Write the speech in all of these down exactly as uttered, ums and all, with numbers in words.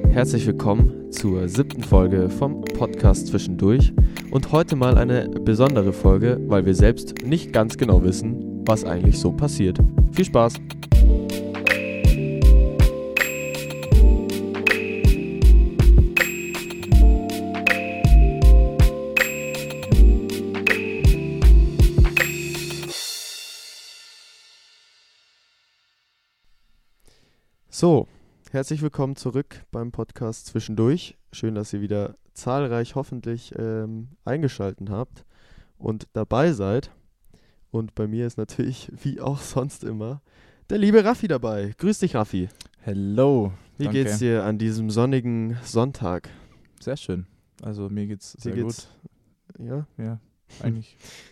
Herzlich willkommen zur siebten Folge vom Podcast Zwischendurch und heute mal eine besondere Folge, weil wir selbst nicht ganz genau wissen, was eigentlich so passiert. Viel Spaß! So, herzlich willkommen zurück beim Podcast Zwischendurch. Schön, dass ihr wieder zahlreich hoffentlich ähm, eingeschaltet habt und dabei seid. Und bei mir ist natürlich, wie auch sonst immer, der liebe Raffi dabei. Grüß dich, Raffi. Hello. Wie Danke. geht's dir an diesem sonnigen Sonntag? Sehr schön. Also mir geht's sehr Dir geht's, gut. Ja? Ja, eigentlich.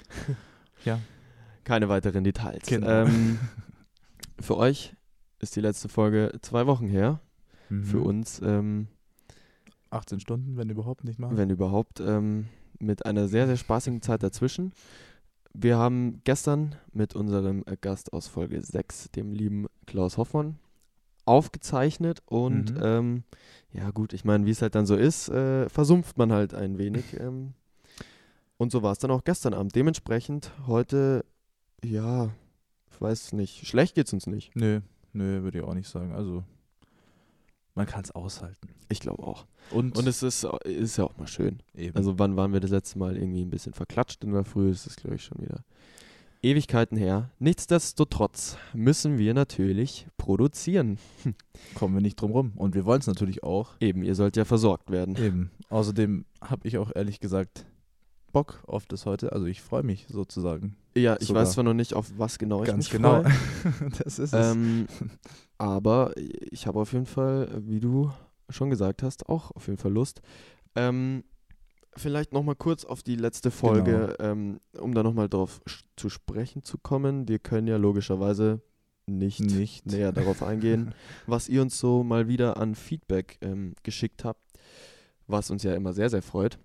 ja. Keine weiteren Details. Genau. Ähm, für euch ist die letzte Folge zwei Wochen her. Mhm. Für uns, ähm, achtzehn Stunden, wenn überhaupt nicht mal. wenn überhaupt, ähm, mit einer sehr, sehr spaßigen Zeit dazwischen. Wir haben gestern mit unserem äh, Gast aus Folge sechs, dem lieben Klaus Hoffmann, aufgezeichnet und Mhm. ähm, ja gut, ich meine, wie es halt dann so ist, äh, versumpft man halt ein wenig. Ähm, und so war es dann auch gestern Abend. Dementsprechend heute, ja, ich weiß nicht, schlecht geht's uns nicht. Nö, nö, würde ich auch nicht sagen. Also man kann es aushalten. Ich glaube auch. Und, Und es ist, ist ja auch mal schön. eben. Also wann waren wir das letzte Mal irgendwie ein bisschen verklatscht in der Früh? Das ist, glaube ich, schon wieder Ewigkeiten her. Nichtsdestotrotz müssen wir natürlich produzieren. kommen wir nicht drum rum. Und wir wollen es natürlich auch. Eben, ihr sollt ja versorgt werden. Eben. Außerdem habe ich auch ehrlich gesagt Bock auf das heute. Also ich freue mich sozusagen. Ja, ich Sogar. weiß zwar noch nicht, auf was genau ich Ganz mich genau. freue. das ist es. Ähm, aber ich habe auf jeden Fall, wie du schon gesagt hast, auch auf jeden Fall Lust. Ähm, vielleicht nochmal kurz auf die letzte Folge, ähm, um da nochmal drauf sch- zu sprechen zu kommen. Wir können ja logischerweise nicht, Nicht. näher darauf eingehen, was ihr uns so mal wieder an Feedback ähm, geschickt habt, was uns ja immer sehr, sehr freut.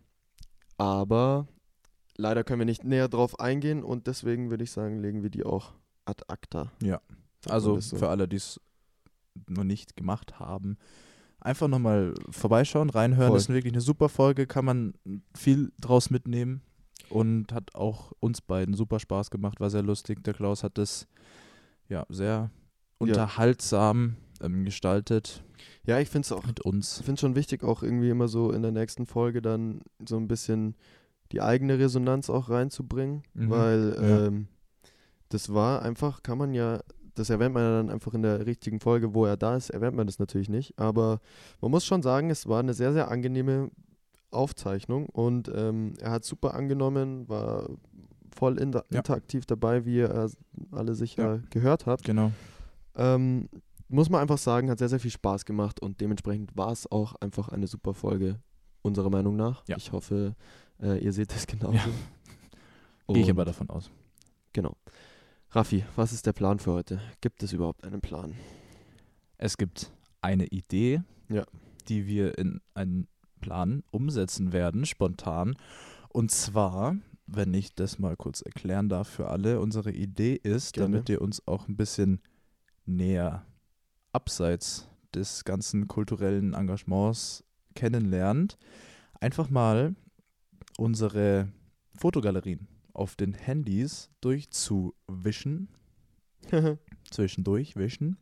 Aber leider können wir nicht näher drauf eingehen und deswegen würde ich sagen, legen wir die auch ad acta. Ja. Sagt man Also das so? für alle, die es noch nicht gemacht haben, einfach nochmal vorbeischauen, reinhören. Voll. Das ist wirklich eine super Folge, kann man viel draus mitnehmen und hat auch uns beiden super Spaß gemacht, war sehr lustig. Der Klaus hat das ja sehr unterhaltsam ähm, gestaltet Ja, ich finde es auch, mit uns. ich finde schon wichtig, auch irgendwie immer so in der nächsten Folge dann so ein bisschen die eigene Resonanz auch reinzubringen, Mhm. weil Ja. ähm, das war einfach, kann man ja, das erwähnt man ja dann einfach in der richtigen Folge, wo er da ist, erwähnt man das natürlich nicht, aber man muss schon sagen, es war eine sehr, sehr angenehme Aufzeichnung und ähm, er hat super angenommen, war voll inter- Ja. interaktiv dabei, wie ihr äh, alle sicher Ja. gehört habt. Genau. Ähm, muss man einfach sagen, hat sehr, sehr viel Spaß gemacht und dementsprechend war es auch einfach eine super Folge, unserer Meinung nach. Ja. Ich hoffe, äh, ihr seht das genauso. Ja. Gehe ich Und aber davon aus. Genau. Raffi, was ist der Plan für heute? Gibt es überhaupt einen Plan? Es gibt eine Idee, Ja. die wir in einen Plan umsetzen werden, spontan. Und zwar, wenn ich das mal kurz erklären darf für alle, unsere Idee ist, Gerne. damit ihr uns auch ein bisschen näher abseits des ganzen kulturellen Engagements kennenlernt, einfach mal unsere Fotogalerien auf den Handys durchzuwischen, zwischendurch wischen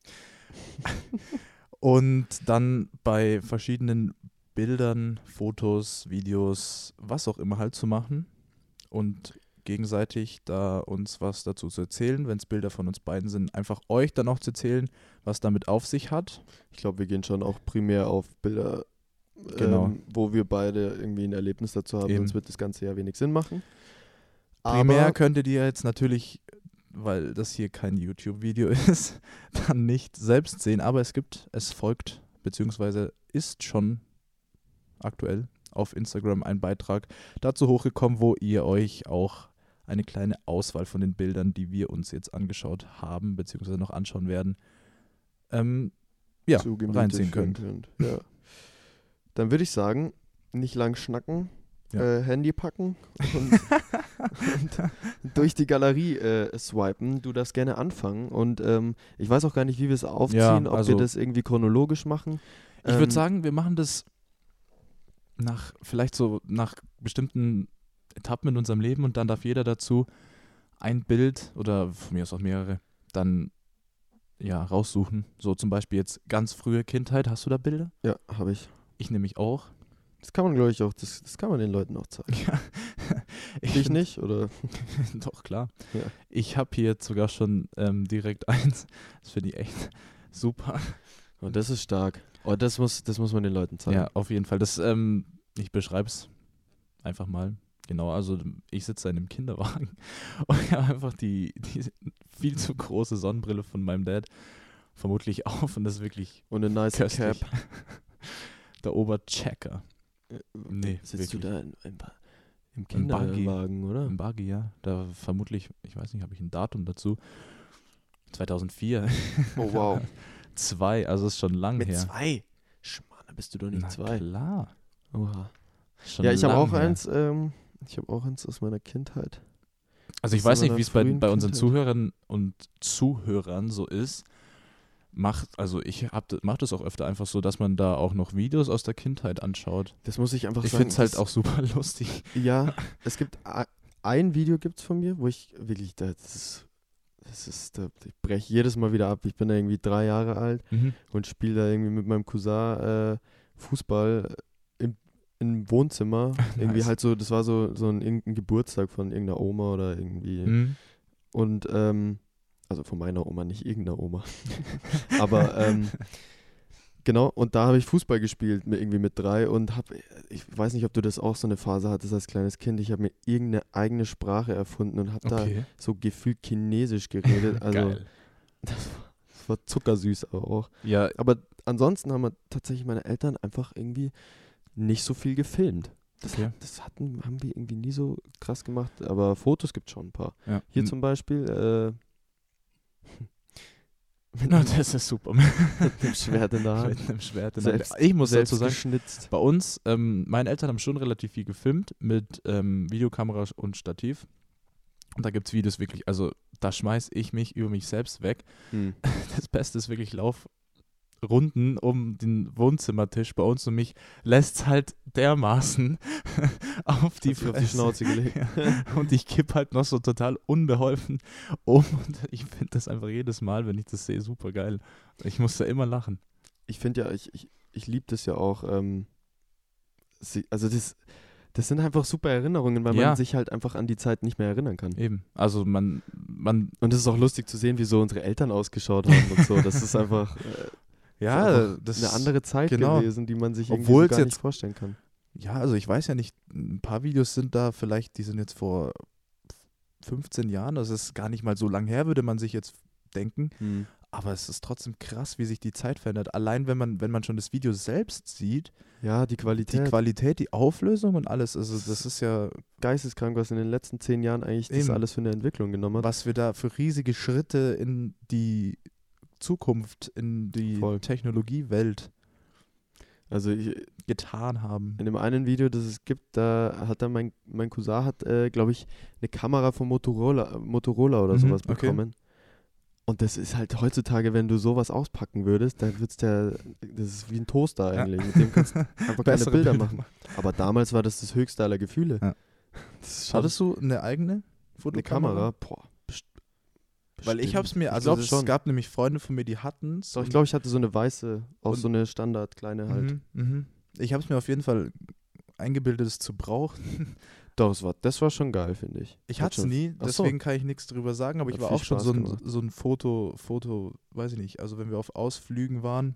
und dann bei verschiedenen Bildern, Fotos, Videos, was auch immer halt zu machen und gegenseitig da uns was dazu zu erzählen, wenn es Bilder von uns beiden sind, einfach euch dann auch zu erzählen, was damit auf sich hat. Ich glaube, wir gehen schon auch primär auf Bilder, Genau. ähm, wo wir beide irgendwie ein Erlebnis dazu haben, Eben. sonst wird das Ganze ja wenig Sinn machen. Primär Aber könntet ihr jetzt natürlich, weil das hier kein YouTube-Video ist, dann nicht selbst sehen, aber es gibt, es folgt, beziehungsweise ist schon aktuell auf Instagram ein Beitrag dazu hochgekommen, wo ihr euch auch eine kleine Auswahl von den Bildern, die wir uns jetzt angeschaut haben, beziehungsweise noch anschauen werden, ähm, ja, zu Gemüte reinziehen führen könnt. könnt. Ja. Dann würde ich sagen, nicht lang schnacken, Ja. äh, Handy packen und, und durch die Galerie äh, swipen. Du darfst gerne anfangen und ähm, ich weiß auch gar nicht, wie wir es aufziehen, Ja, ob also- wir das irgendwie chronologisch machen. Ich würde Ähm, sagen, wir machen das nach, vielleicht so nach bestimmten Etappen in unserem Leben und dann darf jeder dazu ein Bild oder von mir aus auch mehrere dann ja raussuchen. So zum Beispiel jetzt ganz frühe Kindheit. Hast du da Bilder? Ja, habe ich. Ich nämlich auch. Das kann man, glaube ich, auch, das, das kann man den Leuten auch zeigen. Ja. Ich, find- nicht, oder? Doch, klar. Ja. Ich habe hier jetzt sogar schon ähm, direkt eins. Das finde ich echt super. Oh, das ist stark. Oh, das muss, das muss man den Leuten zeigen. Ja, auf jeden Fall. Das, ähm, ich beschreibe es einfach mal. Genau, also ich sitze da in einem Kinderwagen und ich habe einfach die, die viel zu große Sonnenbrille von meinem Dad vermutlich auf und das ist wirklich Und eine nice köstlich. Cap. Der Oberchecker. Äh, Nee, Sitzt du wirklich. da in, in, Ba- im Im Buggy. Kinderwagen, oder? Im Buggy, ja. Da vermutlich, ich weiß nicht, habe ich ein Datum dazu. zweitausendvier. Oh, wow. Zwei, also ist schon lang Mit her. zwei? Schmarrn, da bist du doch nicht Na zwei. klar. Oha. Schon Ja, ich habe lang auch her. eins, ähm, ich habe auch eins aus meiner Kindheit. Also ich aus weiß nicht, meiner wie es bei, frühen bei unseren Kindheit. Zuhörern und Zuhörern so ist. Macht, also ich hab, mach das auch öfter einfach so, dass man da auch noch Videos aus der Kindheit anschaut. Das muss ich einfach Ich sagen. finde es halt das- auch super lustig. Ja, es gibt a- ein Video gibt's von mir, wo ich wirklich, das ist, das ist, da, ich breche jedes Mal wieder ab. Ich bin da irgendwie drei Jahre alt Mhm. und spiele da irgendwie mit meinem Cousin äh, Fußball im, im Wohnzimmer. Irgendwie Nice. halt so, das war so, so ein irgendein Geburtstag von irgendeiner Oma oder irgendwie. Mhm. Und, ähm, also von meiner Oma, nicht irgendeiner Oma. Aber, ähm, genau, und da habe ich Fußball gespielt, mit, irgendwie mit drei und habe, ich weiß nicht, ob du das auch so eine Phase hattest als kleines Kind, ich habe mir irgendeine eigene Sprache erfunden und habe da Okay. so gefühlt Chinesisch geredet. Also Geil. das war, das war zuckersüß aber auch. Ja, Aber ansonsten haben wir tatsächlich meine Eltern einfach irgendwie nicht so viel gefilmt. Das, Okay. das hatten, haben wir irgendwie nie so krass gemacht, aber Fotos gibt es schon ein paar. ja. Hier N- zum Beispiel äh, mit, Na, einem- das ist super. mit dem Schwert in der Hand. Mit einem Schwert in der Hand. Selbst, Ich muss selbst dazu sagen, geschnitzt. bei uns, ähm, meine Eltern haben schon relativ viel gefilmt mit ähm, Videokamera und Stativ. Und da gibt es Videos wirklich, also da schmeiß ich mich über mich selbst weg. Hm. Das Beste ist wirklich Laufrunden um den Wohnzimmertisch bei uns und mich lässt es halt dermaßen auf die Hat sich auf die Fresse. Schnauze gelegt. Ja. Und ich kipp halt noch so total unbeholfen um und ich finde das einfach jedes Mal, wenn ich das sehe, super geil. Ich muss da immer lachen. Ich finde ja, ich, ich, ich liebe das ja auch. Ähm, sie, also das, das sind einfach super Erinnerungen, weil Ja. man sich halt einfach an die Zeit nicht mehr erinnern kann. Eben. Also man, man Und es ist auch lustig zu sehen, wie so unsere Eltern ausgeschaut haben und so. Das ist einfach, äh, ja, ist einfach das eine andere Zeit genau. gewesen, die man sich irgendwie Obwohl so es gar jetzt- nicht vorstellen kann. Ja, also ich weiß ja nicht, ein paar Videos sind da vielleicht, die sind jetzt vor fünfzehn Jahren, das ist gar nicht mal so lang her, würde man sich jetzt denken. Hm. Aber es ist trotzdem krass, wie sich die Zeit verändert. Allein wenn man, wenn man schon das Video selbst sieht, Ja, die die Qualität, Qualität, die Auflösung und alles, also das ist ja, geisteskrank, was in den letzten zehn Jahren eigentlich das Eben. alles für eine Entwicklung genommen hat. was wir da für riesige Schritte in die Zukunft, in die Voll. Technologiewelt Also ich, getan haben. in dem einen Video, das es gibt, da hat er mein, mein Cousin hat, äh, glaube ich, eine Kamera von Motorola, Motorola oder Mhm, sowas okay. bekommen. Und das ist halt heutzutage, wenn du sowas auspacken würdest, dann wird's der, das ist wie ein Toaster Ja. eigentlich. Mit dem kannst du einfach keine Bessere Bilder Bilder machen. Aber damals war das das höchste aller Gefühle. Ja. Das ist schon Hattest du eine eigene eine Fotokamera? Kamera? Boah, best- Weil ich bestimmt. habe es mir, Ich also glaub es schon. gab nämlich Freunde von mir, die hatten es. Doch, ich glaube, ich hatte so eine weiße, auch Und- so eine Standard, kleine halt. Mhm, mhm. Ich habe es mir auf jeden Fall eingebildet, es zu brauchen. Doch, das war, das war schon geil, finde ich. Ich Hat hatte es schon- nie, Ach so. deswegen kann ich nichts drüber sagen, aber Hat ich war viel auch schon Spaß so ein, gemacht. so ein Foto, Foto, weiß ich nicht, also wenn wir auf Ausflügen waren,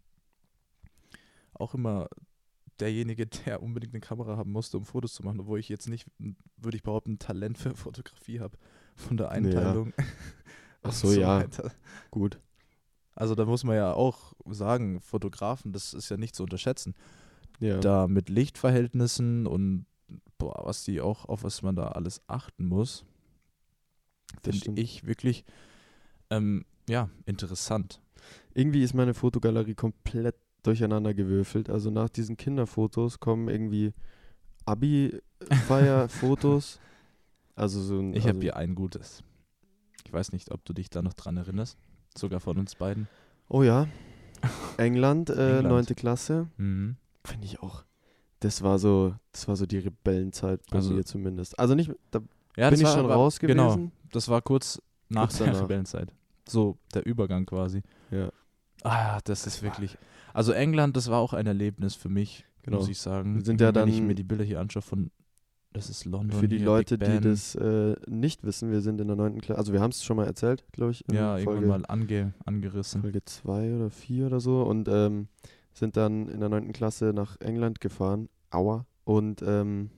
auch immer derjenige, der unbedingt eine Kamera haben musste, um Fotos zu machen, obwohl ich jetzt nicht, würde ich behaupten, ein Talent für Fotografie habe, von der Einteilung. Ach und so, ja. weiter. Gut. Also da muss man ja auch sagen, Fotografen, das ist ja nicht zu unterschätzen. Ja. Da mit Lichtverhältnissen und boah, was die auch, auf was man da alles achten muss, Das finde stimmt. ich wirklich ähm, ja, interessant. Irgendwie ist meine Fotogalerie komplett durcheinander gewürfelt. Also nach diesen Kinderfotos kommen irgendwie Abi-Feier-Fotos. Also so ein. Ich also, habe hier ein gutes. Ich weiß nicht, ob du dich da noch dran erinnerst. Sogar von uns beiden. Oh ja. England, äh, England. neunte Klasse. Mhm. Finde ich auch. Das war so, das war so die Rebellenzeit bei Also- mir zumindest. Also nicht, da Ja, bin das ich war, schon war, raus Genau, gewesen. das war kurz nach Kurz der danach. Rebellenzeit. So der Übergang quasi. Ja, Ah, das, Das ist war- wirklich. Also England, das war auch ein Erlebnis für mich, genau. muss ich sagen. Wir sind ja Wenn ich dann- mir die Bilder hier anschaue von, das ist London. Für die hier, Leute, Big die Ben. das äh, nicht wissen, wir sind in der neunten Klasse, also wir haben es schon mal erzählt, glaube ich, in Ja, Folge, irgendwann mal ange, angerissen. Folge zwei oder vier oder so und ähm, sind dann in der neunten Klasse nach England gefahren, aua, und ähm,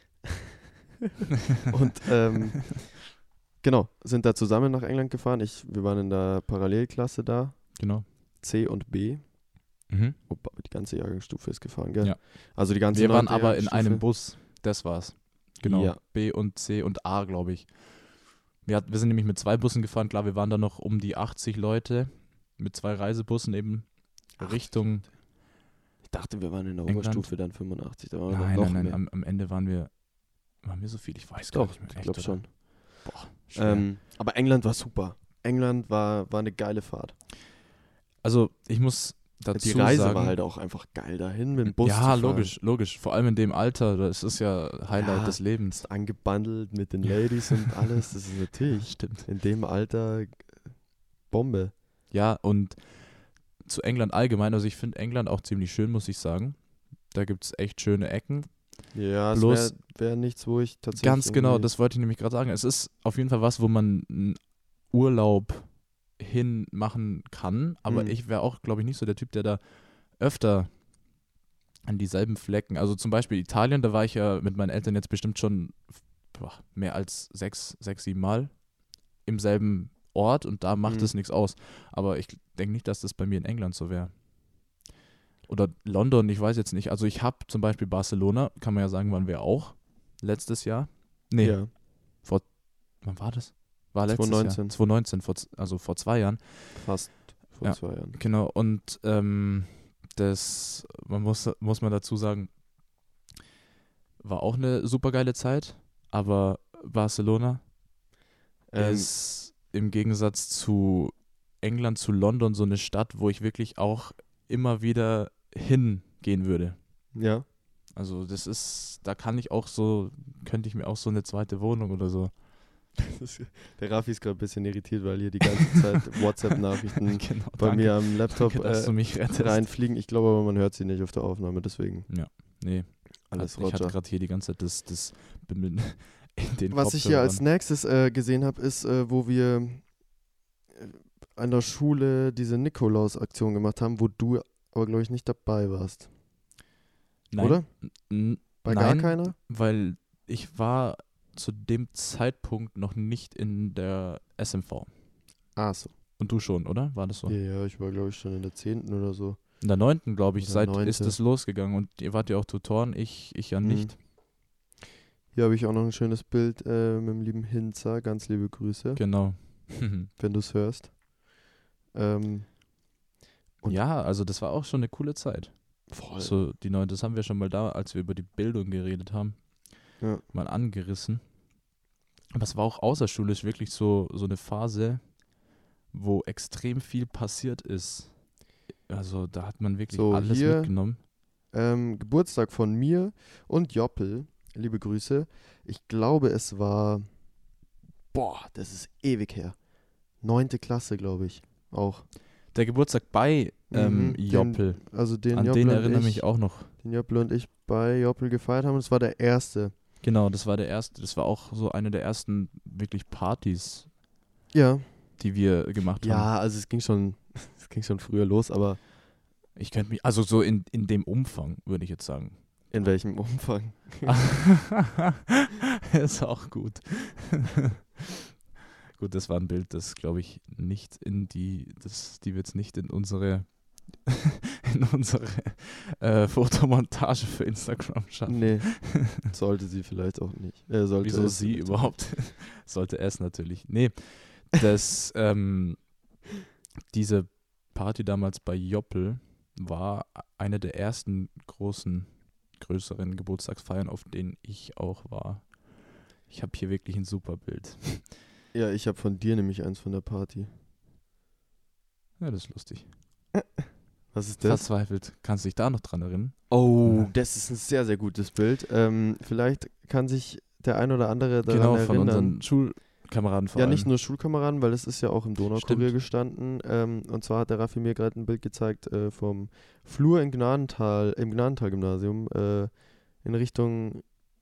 und ähm, genau, sind da zusammen nach England gefahren. Ich, wir waren in der Parallelklasse da, Genau. C und B. Mhm. Wobei, die ganze Jahrgangsstufe ist gefahren, gell? Ja. Also die ganze Wir waren neunte aber in einem Jahrgangsstufe. Bus. Das war's. Genau. Ja. B und C und A, glaube ich. Wir, hat, wir sind nämlich mit zwei Bussen gefahren. Klar, wir waren da noch um die achtzig Leute mit zwei Reisebussen eben Richtung. Ich dachte, wir waren in der England. Oberstufe dann fünfundachtzig. Da waren wir Nein, noch nein, nein. mehr. Am, am Ende waren wir. Waren wir so viel? Ich weiß gar Doch, nicht mehr. ich Echt, glaube oder? schon. Boah, schwer. Ähm, aber England war super. England war, war eine geile Fahrt. Also, ich muss dazu Die Reise sagen. war halt auch einfach geil dahin mit dem Bus zu ja, fahren. logisch, logisch. Vor allem in dem Alter. Das ist ja Highlight Ja. des Lebens. Ist angebandelt mit den Ladies und alles. Das ist natürlich Stimmt. in dem Alter äh, Bombe. Ja, und zu England allgemein, also ich finde England auch ziemlich schön, muss ich sagen. Da gibt es echt schöne Ecken. Ja, es Bloß- wäre wär nichts, wo ich tatsächlich. Ganz genau, irgendwie- das wollte ich nämlich gerade sagen. Es ist auf jeden Fall was, wo man einen Urlaub hin machen kann, aber Mhm. ich wäre auch, glaube ich, nicht so der Typ, der da öfter an dieselben Flecken, also zum Beispiel Italien, da war ich ja mit meinen Eltern jetzt bestimmt schon boah, mehr als sechs, sechs, sieben Mal im selben Ort und da macht Mhm. es nichts aus. Aber ich denke nicht, dass das bei mir in England so wäre. Oder London, ich weiß jetzt nicht. Also ich habe zum Beispiel Barcelona, kann man ja sagen, waren wir auch letztes Jahr. Nee, Ja, wann war das? War letztes zwanzig Jahr. neunzehn. zwanzig neunzehn, vor, z- also vor zwei Jahren. fast vor Ja. zwei Jahren. Genau, und ähm, das, man muss, muss man dazu sagen, war auch eine super geile Zeit, aber Barcelona Ähm, ist im Gegensatz zu England, zu London so eine Stadt, wo ich wirklich auch immer wieder hingehen würde. ja. Also das ist, da kann ich auch so, könnte ich mir auch so eine zweite Wohnung oder so. Das, der Raffi ist gerade ein bisschen irritiert, weil hier die ganze Zeit WhatsApp-Nachrichten Genau, bei danke, mir am Laptop danke, dass äh, du mich rettest. reinfliegen. Ich glaube aber, man hört sie nicht auf der Aufnahme, deswegen Nee, alles ich hatte Roger. gerade hier die ganze Zeit das, das Bimmeln in den Was ich hier als Kopfhörern. nächstes äh, gesehen habe, ist, äh, wo wir äh, an der Schule diese Nikolaus-Aktion gemacht haben, wo du aber, glaube ich, nicht dabei warst. Nein, Oder? n- Bei nein, gar keiner? weil ich war zu dem Zeitpunkt noch nicht in der S M V. Ah, so. Und du schon, oder? War das so? Ja, ja, ich war, glaube ich, schon in der zehnten oder so. In der neunten, glaube ich, Oder seit neunte. ist es losgegangen. Und ihr wart ja auch Tutoren, ich, ich ja Mhm. nicht. Hier habe ich auch noch ein schönes Bild äh, mit dem lieben Hinzer. Ganz liebe Grüße, Genau. wenn du es hörst. Ähm, Und- ja, also das war auch schon eine coole Zeit. voll. So die neunte, das haben wir schon mal da, als wir über die Bildung geredet haben, Ja. mal angerissen. Aber es war auch außerschulisch wirklich so, so eine Phase, wo extrem viel passiert ist. Also da hat man wirklich So, alles hier- mitgenommen. Ähm, Geburtstag von mir und Joppel. Liebe Grüße. Ich glaube, es war. Boah, das ist ewig her. Neunte Klasse, glaube ich. Auch. Der Geburtstag bei ähm, Mhm, den- Joppel, Also den an Joppel den und erinnere ich, mich auch noch. den Joppel und ich bei Joppel gefeiert haben. Das war der erste. Genau, das war der erste, das war auch so eine der ersten wirklich Partys, Ja. die wir gemacht haben. Ja, also es ging schon, es ging schon früher los, aber Ich könnte mich, also so in, in dem Umfang, würde ich jetzt sagen. in welchem Umfang? Ist auch gut. Gut, das war ein Bild, das glaube ich nicht in die, das, die wird es nicht in unsere in unsere äh, Fotomontage für Instagram schaffen. Nee, sollte sie vielleicht auch nicht. Äh, sollte Wieso es sie vielleicht auch überhaupt? Sollte es natürlich. Nee, das, ähm, diese Party damals bei Joppel war eine der ersten großen, größeren Geburtstagsfeiern, auf denen ich auch war. Ich habe hier wirklich ein super Bild. nicht. Ja, ich habe von dir nämlich eins von der Party. Ja, das ist lustig. Was ist das? Verzweifelt. Kannst du dich da noch dran erinnern? Oh, Ja. das ist ein sehr, sehr gutes Bild. Ähm, vielleicht kann sich der ein oder andere daran Genau, erinnern. von unseren Schulkameraden vor Ja, allem. nicht nur Schulkameraden, weil es ist ja auch im Donaukurier Stimmt. gestanden. Ähm, und zwar hat der Raffi mir gerade ein Bild gezeigt äh, vom Flur in Gnadental, im Gnadental-Gymnasium äh, in Richtung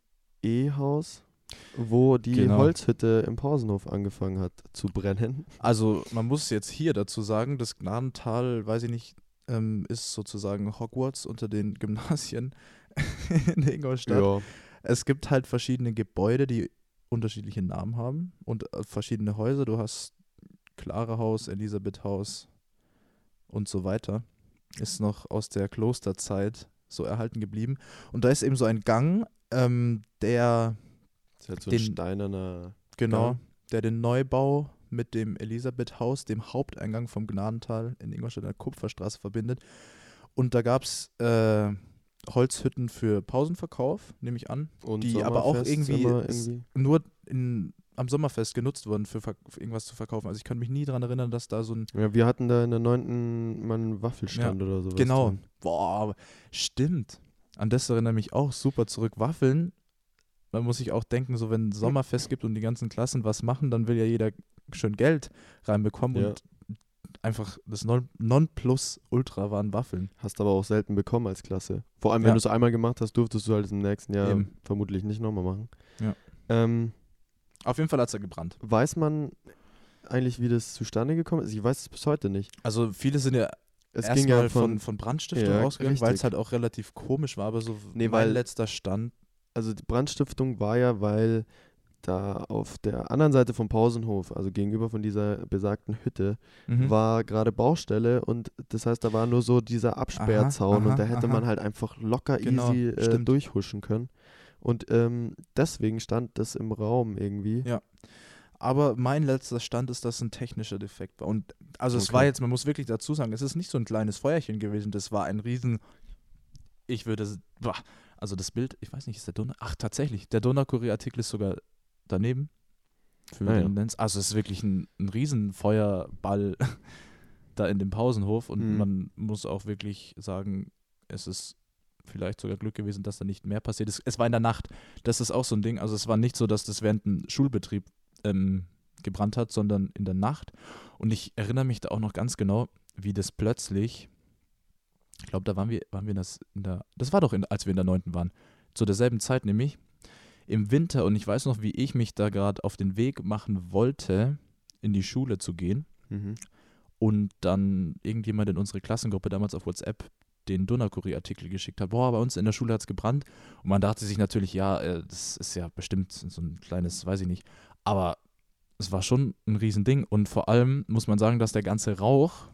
E-Haus, wo die Genau. Holzhütte im Pausenhof angefangen hat zu brennen. Also man muss jetzt hier dazu sagen, das Gnadental, weiß ich nicht, ähm, ist sozusagen Hogwarts unter den Gymnasien in Ingolstadt. Ja, Es gibt halt verschiedene Gebäude, die unterschiedliche Namen haben und äh, verschiedene Häuser. Du hast Clara Haus, Elisabeth Haus und so weiter. Ist noch aus der Klosterzeit so erhalten geblieben. Und da ist eben so ein Gang, ähm, der das ist halt so ein Den- steinerner. genau, Gang. der den Neubau mit dem Elisabeth Haus, dem Haupteingang vom Gnadental in Ingolstadt, der Kupferstraße, verbindet. Und da gab es äh, Holzhütten für Pausenverkauf, nehme ich an, Und die aber auch Sommerfest irgendwie, immer s- irgendwie. nur in, am Sommerfest genutzt wurden, für, Ver- für irgendwas zu verkaufen. Also ich kann mich nie daran erinnern, dass da so ein... Ja, wir hatten da in der neunten mal einen Waffelstand oder sowas. Genau. drin. Boah, stimmt. An das erinnere ich mich auch super zurück. Waffeln, man muss sich auch denken, so wenn ein Sommerfest gibt und die ganzen Klassen was machen, dann will ja jeder schön Geld reinbekommen Ja. und einfach das Non- Nonplusultra waren Waffeln. Hast aber auch selten bekommen als Klasse. Vor allem, wenn Ja. du es einmal gemacht hast, durftest du halt im nächsten Jahr Eben. vermutlich nicht nochmal machen. Ja. Ähm, Auf jeden Fall hat es ja gebrannt. weiß man eigentlich, wie das zustande gekommen ist? Ich weiß es bis heute nicht. Also viele sind ja Es ging erstmal ja von, von, von Brandstiftung Ja, ausgegangen, weil es richtig. halt auch relativ komisch war, aber so Nee, mein weil- letzter Stand. also die Brandstiftung war ja, weil da auf der anderen Seite vom Pausenhof, also gegenüber von dieser besagten Hütte, Mhm. war gerade Baustelle und das heißt, da war nur so dieser Absperrzaun aha, und da hätte aha. man halt einfach locker Genau, easy äh, stimmt. durchhuschen können. Und ähm, deswegen stand das im Raum irgendwie. Ja. Aber mein letzter Stand ist, dass ein technischer Defekt war. Und also es Okay. war jetzt, man muss wirklich dazu sagen, es ist nicht so ein kleines Feuerchen gewesen, das war ein riesen, ich würde, s- boah, also das Bild, ich weiß nicht, ist der Donau, ach tatsächlich, der Donaukurier-Artikel ist sogar daneben. Für Ah, ja. den Lenz. Also es ist wirklich ein, ein riesen Feuerball da in dem Pausenhof und Mhm. man muss auch wirklich sagen, es ist vielleicht sogar Glück gewesen, dass da nicht mehr passiert ist. Es war in der Nacht, das ist auch so ein Ding, also es war nicht so, dass das während dem Schulbetrieb ähm, gebrannt hat, sondern in der Nacht. Und ich erinnere mich da auch noch ganz genau, wie das plötzlich, ich glaube, da waren wir, waren wir in, das, in der, das war doch, in, als wir in der neunten waren, zu derselben Zeit nämlich, im Winter. Und ich weiß noch, wie ich mich da gerade auf den Weg machen wollte, in die Schule zu gehen. Mhm. Und dann irgendjemand in unsere Klassengruppe damals auf WhatsApp den Donaukurier-Artikel geschickt hat. Boah, bei uns in der Schule hat es gebrannt. Und man dachte sich natürlich, ja, äh, das ist ja bestimmt so ein kleines, weiß ich nicht. Aber es war schon ein Riesending. Und vor allem muss man sagen, dass der ganze Rauch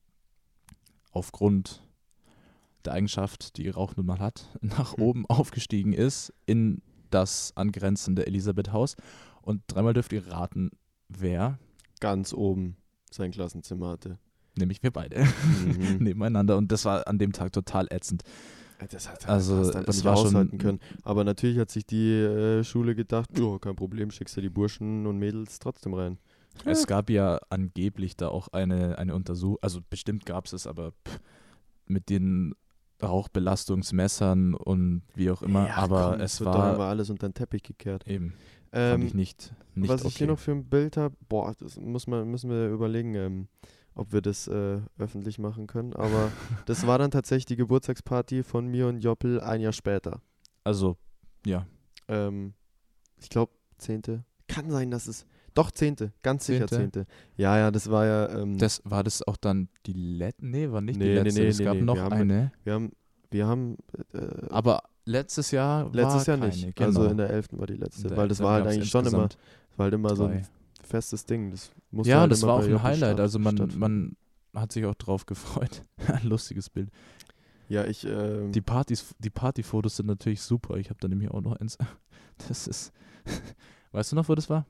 aufgrund der Eigenschaft, die Rauch nun mal hat, nach Hm. oben aufgestiegen ist in das angrenzende Elisabeth-Haus. Und dreimal dürft ihr raten, wer, Ganz oben sein Klassenzimmer hatte. nämlich wir beide, Mhm. nebeneinander. Und das war an dem Tag total ätzend. Das hat Also, hast einfach es nicht war schon- aushalten können. Aber natürlich hat sich die äh, Schule gedacht, ja, kein Problem, schickst du die Burschen und Mädels trotzdem rein. Es gab ja angeblich da auch eine, eine Untersuchung, also bestimmt gab es es, aber pff, mit den Rauchbelastungsmessern und wie auch immer, Ja, aber komm, es wird doch war einfach alles unter den Teppich gekehrt. eben, fand ich Ähm, nicht, nicht was okay. ich hier noch für ein Bild habe, boah, das muss man, müssen wir überlegen, ähm, ob wir das äh, öffentlich machen können. Aber das war dann tatsächlich die Geburtstagsparty von mir und Joppel ein Jahr später. Also, ja, Ähm, ich glaube, zehnte. Kann sein, dass es. Doch, zehnte. Ganz sicher Zehnte? zehnte. Ja, ja, das war ja. Ähm, das war das auch dann die letzte, nee, war nicht Nee, die nee, letzte, nee, es nee, gab nee, noch wir haben- eine, wir haben. Wir haben. Äh, aber letztes Jahr letztes war Jahr keine, nicht. genau. Also in der elften war die In letzte. der Weil das elften war halt gab's eigentlich schon immer. insgesamt War halt immer so ein drei. festes Ding. Das musste Ja, halt das immer war auch bei ein Joppel Highlight. statt- Also man, stattfinden. man hat sich auch drauf gefreut. Ein lustiges Bild. Ja, ich. Ähm, Die Partys, die Partyfotos sind natürlich super. Ich habe da nämlich auch noch eins. Das ist. Weißt du noch, wo das war?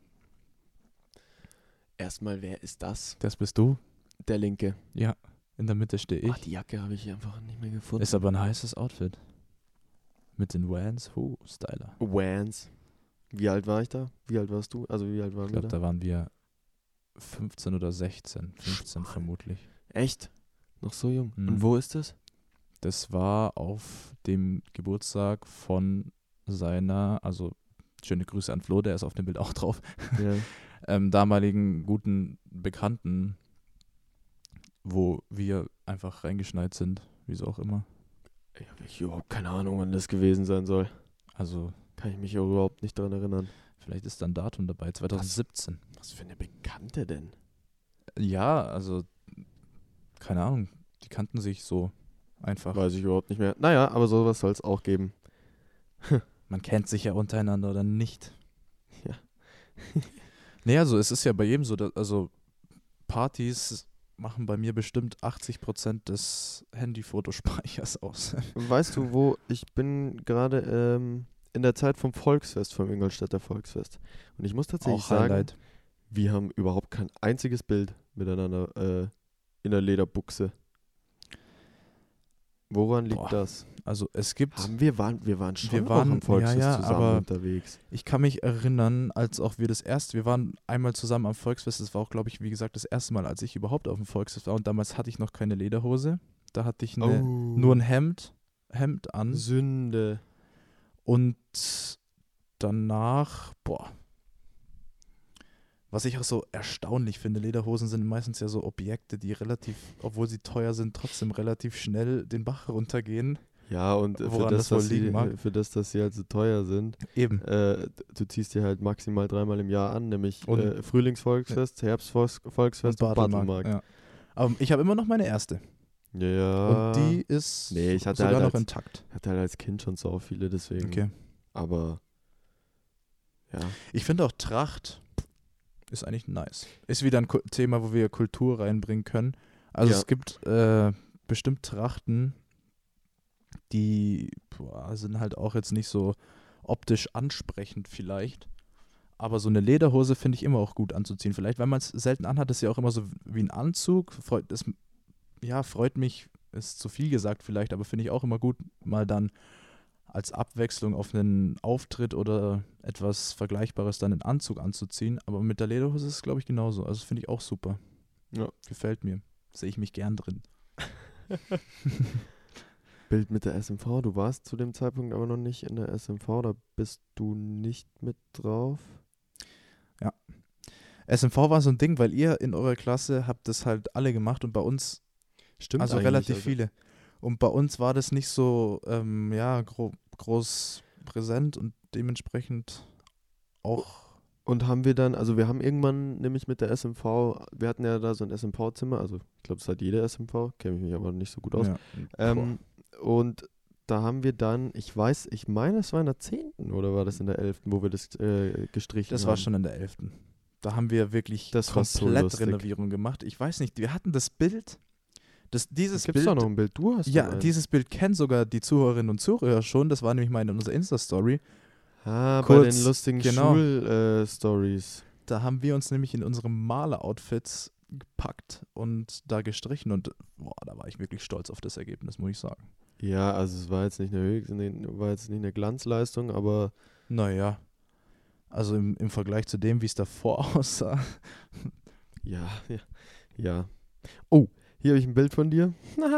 erstmal, wer ist das? Das bist du. Der Linke. Ja. In der Mitte stehe ich. Ach, die Jacke habe ich einfach nicht mehr gefunden. Ist aber ein heißes Outfit. Mit den Vans. Huh, Styler. Vans. Wie alt war ich da? Wie alt warst du? Also wie alt waren Ich wir glaube, da? da waren wir fünfzehn oder sechzehn. fünfzehn Schwein. vermutlich. Echt? Noch so jung. Mhm. Und wo ist das? Das war auf dem Geburtstag von seiner, also schöne Grüße an Flo, der ist auf dem Bild auch drauf, Ja. ähm, damaligen guten Bekannten, wo wir einfach reingeschneit sind, wieso auch immer. Ich habe überhaupt keine Ahnung, wann das gewesen sein soll. Also Kann ich mich auch überhaupt nicht dran erinnern. vielleicht ist da ein Datum dabei, zwanzig siebzehn. Was für eine Bekannte denn? Ja, also keine Ahnung, die kannten sich so einfach. Weiß ich überhaupt nicht mehr. Naja, aber sowas soll es auch geben. Man kennt sich ja untereinander oder nicht. Ja. Nee, also es ist ja bei jedem so, dass, also Partys machen bei mir bestimmt achtzig Prozent des Handyfotospeichers aus. Weißt du, wo ich bin gerade ähm, in der Zeit vom Volksfest, vom Ingolstädter Volksfest. Und ich muss tatsächlich Auch sagen, Highlight. wir haben überhaupt kein einziges Bild miteinander äh, in der Lederbuchse. Woran liegt Boah. das? Also es gibt, Haben wir, waren, wir waren schon Wir auch waren- am Volksfest ja, ja, zusammen aber- unterwegs. ich kann mich erinnern, als auch wir das erste, wir waren einmal zusammen am Volksfest, das war auch, glaube ich, wie gesagt, das erste Mal, als ich überhaupt auf dem Volksfest war und damals hatte ich noch keine Lederhose, da hatte ich eine, Oh. nur ein Hemd, Hemd an Sünde. und danach, boah, was ich auch so erstaunlich finde, Lederhosen sind meistens ja so Objekte, die relativ, obwohl sie teuer sind, trotzdem relativ schnell den Bach runtergehen. Ja, und äh, für Woran das, das wohl dass sie, liegen mag. für das, dass sie halt so teuer sind, Eben. äh, du ziehst dir halt maximal dreimal im Jahr an, nämlich Und- äh, Frühlingsvolksfest, Herbstvolksfest und Badelmarkt. Ja. Aber ich habe immer noch meine erste. Ja, ja. Und die ist Nee, ich hatte sogar halt noch als- intakt. hatte halt als Kind schon so viele, deswegen. Okay. Aber ja. Ich finde auch Tracht ist eigentlich nice. Ist wieder ein Ku- Thema, wo wir Kultur reinbringen können. Also Ja. es gibt äh, bestimmt Trachten, die boah, sind halt auch jetzt nicht so optisch ansprechend vielleicht. Aber so eine Lederhose finde ich immer auch gut anzuziehen. Vielleicht, weil man es selten anhat, ist ja auch immer so wie ein Anzug. Freut, es, ja, freut mich, ist zu viel gesagt vielleicht, aber finde ich auch immer gut, mal dann als Abwechslung auf einen Auftritt oder etwas Vergleichbares dann einen Anzug anzuziehen. Aber mit der Lederhose ist es, glaube ich, genauso. Also das finde ich auch super. Ja. Gefällt mir. Sehe ich mich gern drin. Bild mit der S M V, du warst zu dem Zeitpunkt aber noch nicht in der S M V, da bist du nicht mit drauf. S M V war so ein Ding, weil ihr in eurer Klasse habt das halt alle gemacht und bei uns, Stimmt also eigentlich, relativ also- viele. Und bei uns war das nicht so, ähm, ja, gro groß präsent und dementsprechend auch, Und haben wir dann, also wir haben irgendwann nämlich mit der S M V, wir hatten ja da so ein S M V-Zimmer, also ich glaube, es hat jede S M V, kenne ich mich aber nicht so gut aus. ja, Ähm, und da haben wir dann, ich weiß, ich meine, es war in der zehnten oder war das in der elften, wo wir das äh, gestrichen das haben. war schon in der elften. Da haben wir wirklich Das war so komplett lustig. Renovierung gemacht. Ich weiß nicht, wir hatten das Bild, das, dieses Gibt es Bild, doch noch ein Bild? Du hast ja, doch eins. dieses Bild kennen sogar die Zuhörerinnen und Zuhörer schon. Das war nämlich mal in unserer Insta-Story. Ah, bei kurz, den lustigen genau. Schul-Stories. Da haben wir uns nämlich in unsere Maler-Outfits gepackt und da gestrichen und boah, da war ich wirklich stolz auf das Ergebnis, muss ich sagen. Ja, also es war jetzt nicht eine höchste, nee, war jetzt nicht eine Glanzleistung, aber Naja, also im, im Vergleich zu dem, wie es davor aussah. ja, ja, ja. Oh, hier habe ich ein Bild von dir.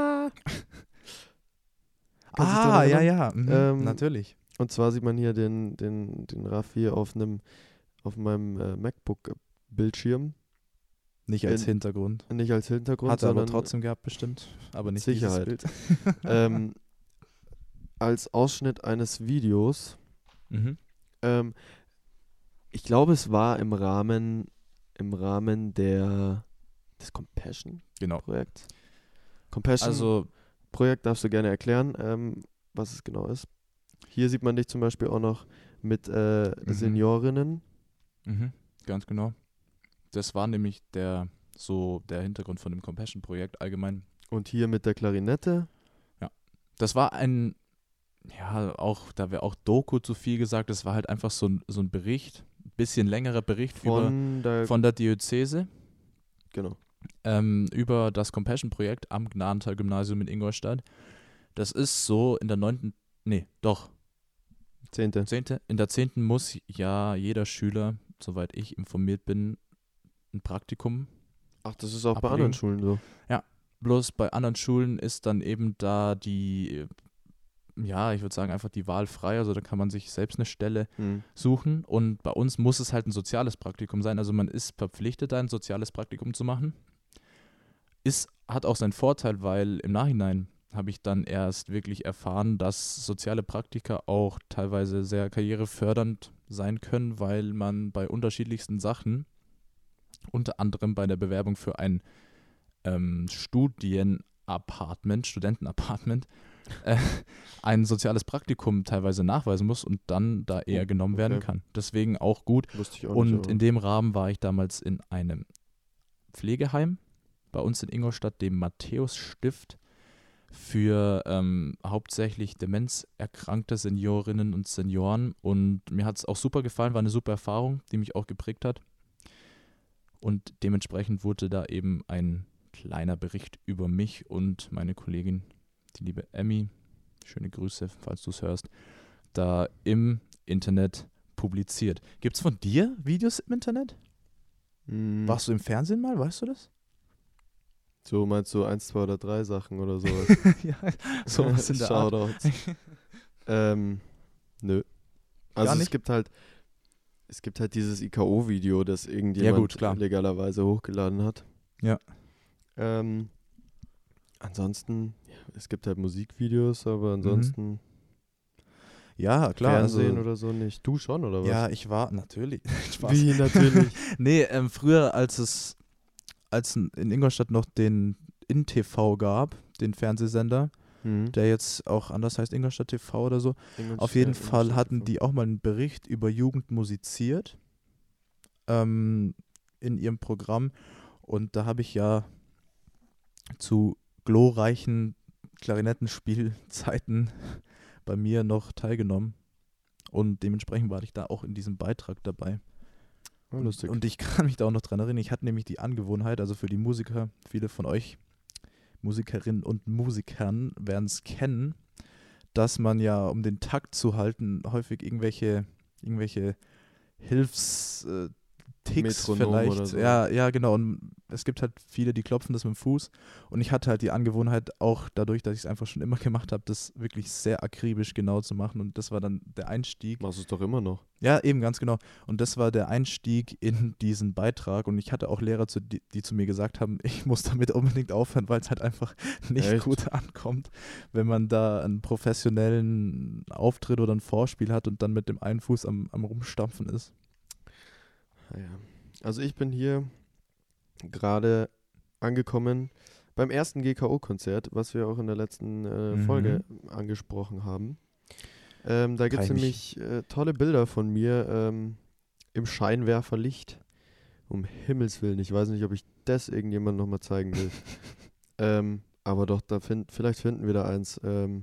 Kannst du dich Ah, daran ja, erinnern? ja, mhm, Ähm, natürlich. Und zwar sieht man hier den, den, den Raff hier auf einem, auf meinem äh, MacBook-Bildschirm. Nicht als in- Hintergrund. Nicht als Hintergrund, Hat er aber sondern trotzdem gehabt bestimmt, aber nicht Sicherheit. dieses Bild. ähm, als Ausschnitt eines Videos. Mhm. Ähm, ich glaube, es war im Rahmen, im Rahmen der, des Genau. Compassion-Projekts. Compassion Also, Projekt darfst du gerne erklären, ähm, was es genau ist. Hier sieht man dich zum Beispiel auch noch mit äh, Mhm. Seniorinnen. mhm, ganz genau. Das war nämlich der, so der Hintergrund von dem Compassion-Projekt allgemein. Und hier mit der Klarinette. Das war ein, ja, auch, da wäre auch Doku zu viel gesagt, das war halt einfach so ein, so ein Bericht, ein bisschen längerer Bericht über, Von der, von der Diözese genau. ähm, über das Compassion-Projekt am Gnadental-Gymnasium in Ingolstadt. Das ist so in der neunten, nee, doch, Zehnte. zehnte. In der zehnten muss ja jeder Schüler, soweit ich informiert bin, ein Praktikum. Ach, das ist auch bei Ablegen. anderen Schulen so. Bloß bei anderen Schulen ist dann eben da die, ja, ich würde sagen, einfach die Wahl frei. Also da kann man sich selbst eine Stelle Mhm. suchen. Und bei uns muss es halt ein soziales Praktikum sein. Also man ist verpflichtet, ein soziales Praktikum zu machen. Ist, hat auch seinen Vorteil, weil im Nachhinein habe ich dann erst wirklich erfahren, dass soziale Praktika auch teilweise sehr karrierefördernd sein können, weil man bei unterschiedlichsten Sachen, unter anderem bei der Bewerbung für ein ähm, Studienapartment, Studentenapartment, äh, ein soziales Praktikum teilweise nachweisen muss und dann da eher genommen okay. werden kann. Deswegen auch gut. Wusste ich auch Und nicht. in dem Rahmen war ich damals in einem Pflegeheim bei uns in Ingolstadt, dem Matthäusstift, für ähm, hauptsächlich demenzerkrankte Seniorinnen und Senioren. Und mir hat es auch super gefallen, war eine super Erfahrung, die mich auch geprägt hat. Und dementsprechend wurde da eben ein kleiner Bericht über mich und meine Kollegin, die liebe Emmy, schöne Grüße, falls du es hörst, da im Internet publiziert. Gibt es von dir Videos im Internet? Mhm. Warst du im Fernsehen mal, weißt du das? So meinst du eins, zwei oder drei Sachen oder sowas? Ja, sowas in der Art. Shoutouts. ähm, nö. Also Gar es nicht? gibt halt, es gibt halt dieses I K O-Video, das irgendjemand gut, klar. legalerweise hochgeladen hat. Ja. Ähm, ansonsten, ja, es gibt halt Musikvideos, aber ansonsten Ja, klar. Fernsehen Also, oder so nicht. Du schon, oder was? ja, ich war, natürlich. Spaß. Wie, natürlich. Nee, ähm, früher, als es, als in Ingolstadt noch den In T V gab, den Fernsehsender, Mhm. der jetzt auch anders heißt, Ingolstadt T V oder so, Ingolstadt- auf jeden ja, Fall Ingolstadt hatten T V. die auch mal einen Bericht über Jugend musiziert ähm, in ihrem Programm. Und da habe ich ja zu glorreichen Klarinettenspielzeiten bei mir noch teilgenommen. Und dementsprechend war ich da auch in diesem Beitrag dabei. Oh, lustig. Und ich kann mich da auch noch dran erinnern, ich hatte nämlich die Angewohnheit, also für die Musiker, viele von euch Musikerinnen und Musikern werden es kennen, dass man ja, um den Takt zu halten, häufig irgendwelche, irgendwelche Hilfs... Äh, Ticks Metronom vielleicht. oder so. Ja, ja, genau. Und es gibt halt viele, die klopfen das mit dem Fuß. Und ich hatte halt die Angewohnheit, auch dadurch, dass ich es einfach schon immer gemacht habe, das wirklich sehr akribisch genau zu machen. Und das war dann der Einstieg. Machst du es doch immer noch. Ja, eben, ganz genau. Und das war der Einstieg in diesen Beitrag. Und ich hatte auch Lehrer, zu, die, die zu mir gesagt haben, ich muss damit unbedingt aufhören, weil es halt einfach nicht Echt? gut ankommt, wenn man da einen professionellen Auftritt oder ein Vorspiel hat und dann mit dem einen Fuß am, am Rumstampfen ist. Ja. Also ich bin hier gerade angekommen beim ersten G K O-Konzert, was wir auch in der letzten äh, Mhm. Folge angesprochen haben. Ähm, da gibt es Kann ich mich- nämlich äh, tolle Bilder von mir ähm, im Scheinwerferlicht. Um Himmels Willen, ich weiß nicht, ob ich das irgendjemandem nochmal zeigen will. ähm, aber doch, da find, vielleicht finden wir da eins, ähm,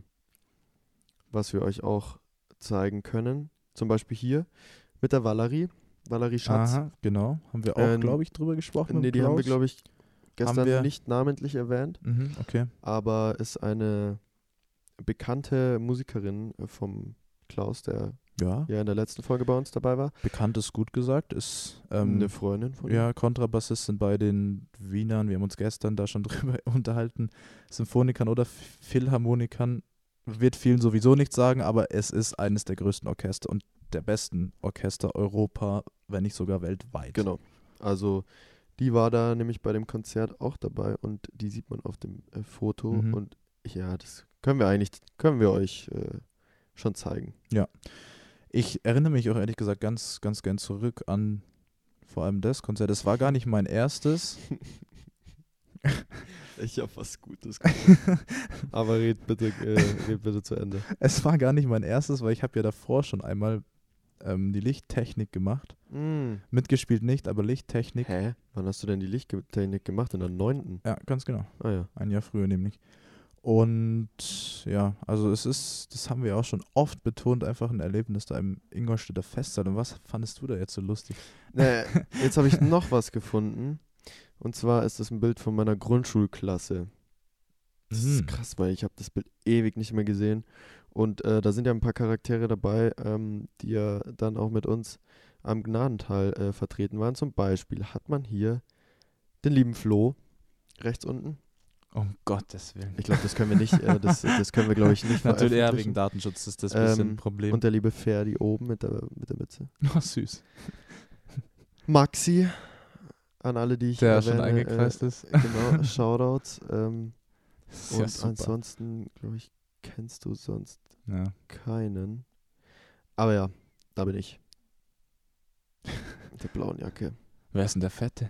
was wir euch auch zeigen können. Zum Beispiel hier mit der Valerie. Valerie Schatz. Aha, genau. Haben wir auch, Ähm, glaube ich, drüber gesprochen. Nee, mit die haben wir, Klaus. glaube ich, gestern wir- nicht namentlich erwähnt, Mhm, okay. aber ist eine bekannte Musikerin vom Klaus, der Ja, ja in der letzten Folge bei uns dabei war. bekannt ist gut gesagt. Ist ähm, Eine Freundin von ihm. ja, Kontrabassistin bei den Wienern. Wir haben uns gestern da schon drüber unterhalten. Symphonikern oder Philharmonikern wird vielen sowieso nichts sagen, aber es ist eines der größten Orchester und der besten Orchester Europa, wenn nicht sogar weltweit. Genau. Also die war da nämlich bei dem Konzert auch dabei und die sieht man auf dem äh, Foto Mhm. und ja, das können wir eigentlich, können wir euch äh, schon zeigen. Ich erinnere mich auch ehrlich gesagt ganz, ganz gern zurück an vor allem das Konzert. Es war gar nicht mein erstes. Ich habe was Gutes gemacht. Aber red bitte, äh, red bitte zu Ende. Es war gar nicht mein erstes, weil ich habe ja davor schon einmal ähm, die Lichttechnik gemacht. Mm. Mitgespielt nicht, aber Lichttechnik. Hä? Wann hast du denn die Lichttechnik gemacht? In der neunten? Ja, ganz genau. Ah ja. Ein Jahr früher nämlich. Und ja, also es ist, das haben wir auch schon oft betont, einfach ein Erlebnis da im Ingolstädter Festsaal. Und was fandest du da jetzt so lustig? Nee, jetzt habe ich noch was gefunden. Und zwar ist das ein Bild von meiner Grundschulklasse. Das Mhm. ist krass, weil ich habe das Bild ewig nicht mehr gesehen. Und äh, da sind ja ein paar Charaktere dabei, ähm, die ja dann auch mit uns am Gnadental äh, vertreten waren. Zum Beispiel hat man hier den lieben Flo, rechts unten. Um Gottes Willen. Ich glaube, das können wir nicht, äh, das, das können wir, glaube ich, nicht Natürlich, ja, veröffentlichen. wegen Datenschutz ist das ein bisschen ein Ähm, Problem. Und der liebe Ferdi oben mit der, mit der Mütze. Oh, süß. Maxi, an alle, die ich Der erwähne, schon eingekreist äh, ist. Genau, Shoutouts. Ähm, Das ist und ja super. ansonsten, glaube ich, kennst du sonst Ja. keinen. Aber ja, da bin ich. Mit der blauen Jacke. Wer ist denn der Fette?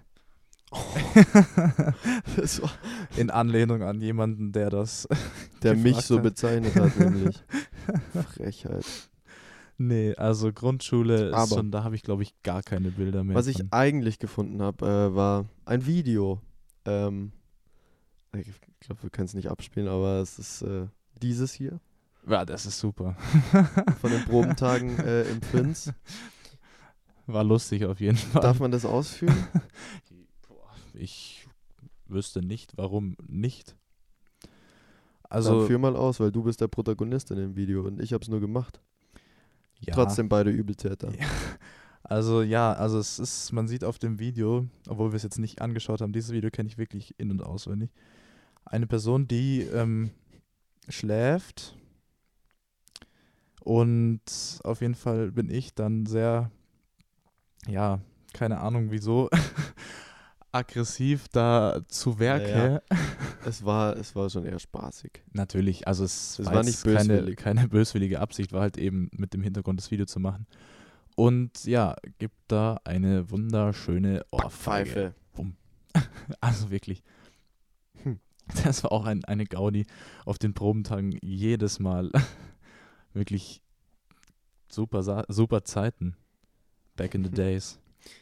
Das war, In Anlehnung an jemanden, der das der mich gefragt so hat. bezeichnet hat, nämlich. Frechheit. Nee, also Grundschule ist Aber- schon, da habe ich glaube ich gar keine Bilder mehr. Was ich von. eigentlich gefunden habe, äh, war ein Video. Ähm, ich glaube, wir können es nicht abspielen, aber es ist äh, dieses hier Ja, das ist super. von den Probentagen äh, im Prinz. War lustig auf jeden Fall. Darf man das ausführen? Boah, ich wüsste nicht, warum nicht. Also, Dann Also, führ mal aus, weil du bist der Protagonist in dem Video und ich habe es nur gemacht. ja. Trotzdem beide Übeltäter. Ja. Also ja, also es ist, man sieht auf dem Video, obwohl wir es jetzt nicht angeschaut haben, dieses Video kenne ich wirklich in- und auswendig. Eine Person, die ähm, schläft und auf jeden Fall bin ich dann sehr, ja, keine Ahnung wieso, aggressiv da zu Werke. Ja, Es war, es war schon eher spaßig. Natürlich, also es, Es war, war jetzt nicht keine, böswillig. keine böswillige Absicht, war halt eben mit dem Hintergrund das Video zu machen. Und ja, gibt da eine wunderschöne Ohrfeige. Also wirklich. Hm. Das war auch ein, eine Gaudi auf den Probentagen jedes Mal. Wirklich super, Sa- super Zeiten. Back in the days.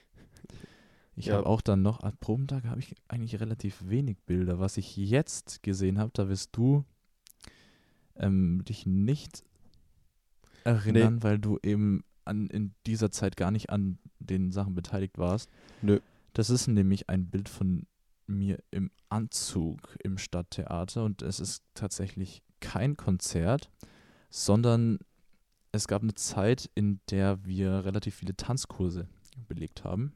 Ich Ja. habe auch dann noch, an Probentage habe ich eigentlich relativ wenig Bilder. Was ich jetzt gesehen habe, da wirst du ähm, dich nicht erinnern, weil du eben an, in dieser Zeit gar nicht an den Sachen beteiligt warst. Nö. Das ist nämlich ein Bild von mir im Anzug im Stadttheater und es ist tatsächlich kein Konzert, sondern es gab eine Zeit, in der wir relativ viele Tanzkurse belegt haben.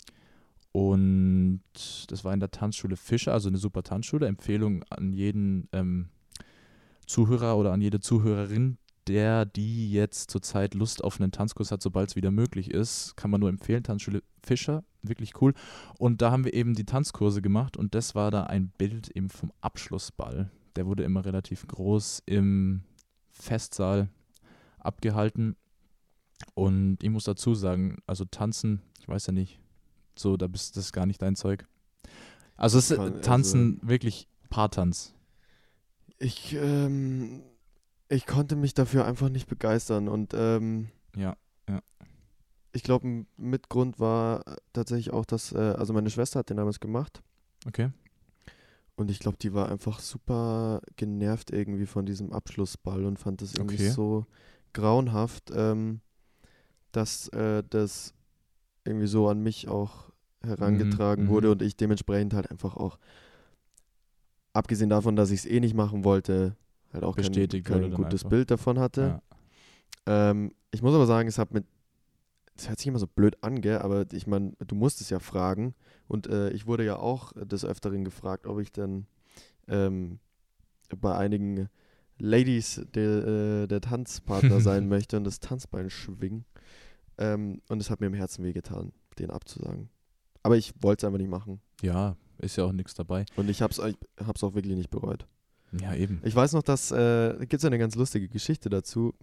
Und das war in der Tanzschule Fischer, also eine super Tanzschule. Empfehlung an jeden ähm, Zuhörer oder an jede Zuhörerin, der, die jetzt zurzeit Lust auf einen Tanzkurs hat, sobald es wieder möglich ist, kann man nur empfehlen, Tanzschule Fischer, wirklich cool. Und da haben wir eben die Tanzkurse gemacht und das war da ein Bild eben vom Abschlussball. Der wurde immer relativ groß im Festsaal abgehalten und ich muss dazu sagen, also tanzen, ich weiß ja nicht, so, da bist das ist gar nicht dein Zeug. Also es ist Kann- Tanzen wirklich Paartanz. Ich, ähm, ich konnte mich dafür einfach nicht begeistern und ähm, Ja, ich glaube, ein Mitgrund war tatsächlich auch, dass, äh, also meine Schwester hat den damals gemacht okay. und ich glaube, die war einfach super genervt irgendwie von diesem Abschlussball und fand das irgendwie Okay. so grauenhaft, ähm, dass äh, das irgendwie so an mich auch herangetragen Mhm, wurde mhm. und ich dementsprechend halt einfach auch, abgesehen davon, dass ich es eh nicht machen wollte, halt auch kein, Bestätigt kein wurde dann gutes einfach. Bild davon hatte. Ja. Ähm, ich muss aber sagen, es hat mit, das hört sich immer so blöd an, gell, aber ich meine, du musst es ja fragen und äh, ich wurde ja auch des Öfteren gefragt, ob ich dann ähm, bei einigen Ladies de, äh, der Tanzpartner sein möchte und das Tanzbein schwingen. Ähm, und es hat mir im Herzen wehgetan, den abzusagen. Aber ich wollte es einfach nicht machen Ja, ist ja auch nichts dabei. und ich habe es ich hab's auch wirklich nicht bereut. Ja, eben. Ich weiß noch, dass, äh, gibt es eine ganz lustige Geschichte dazu.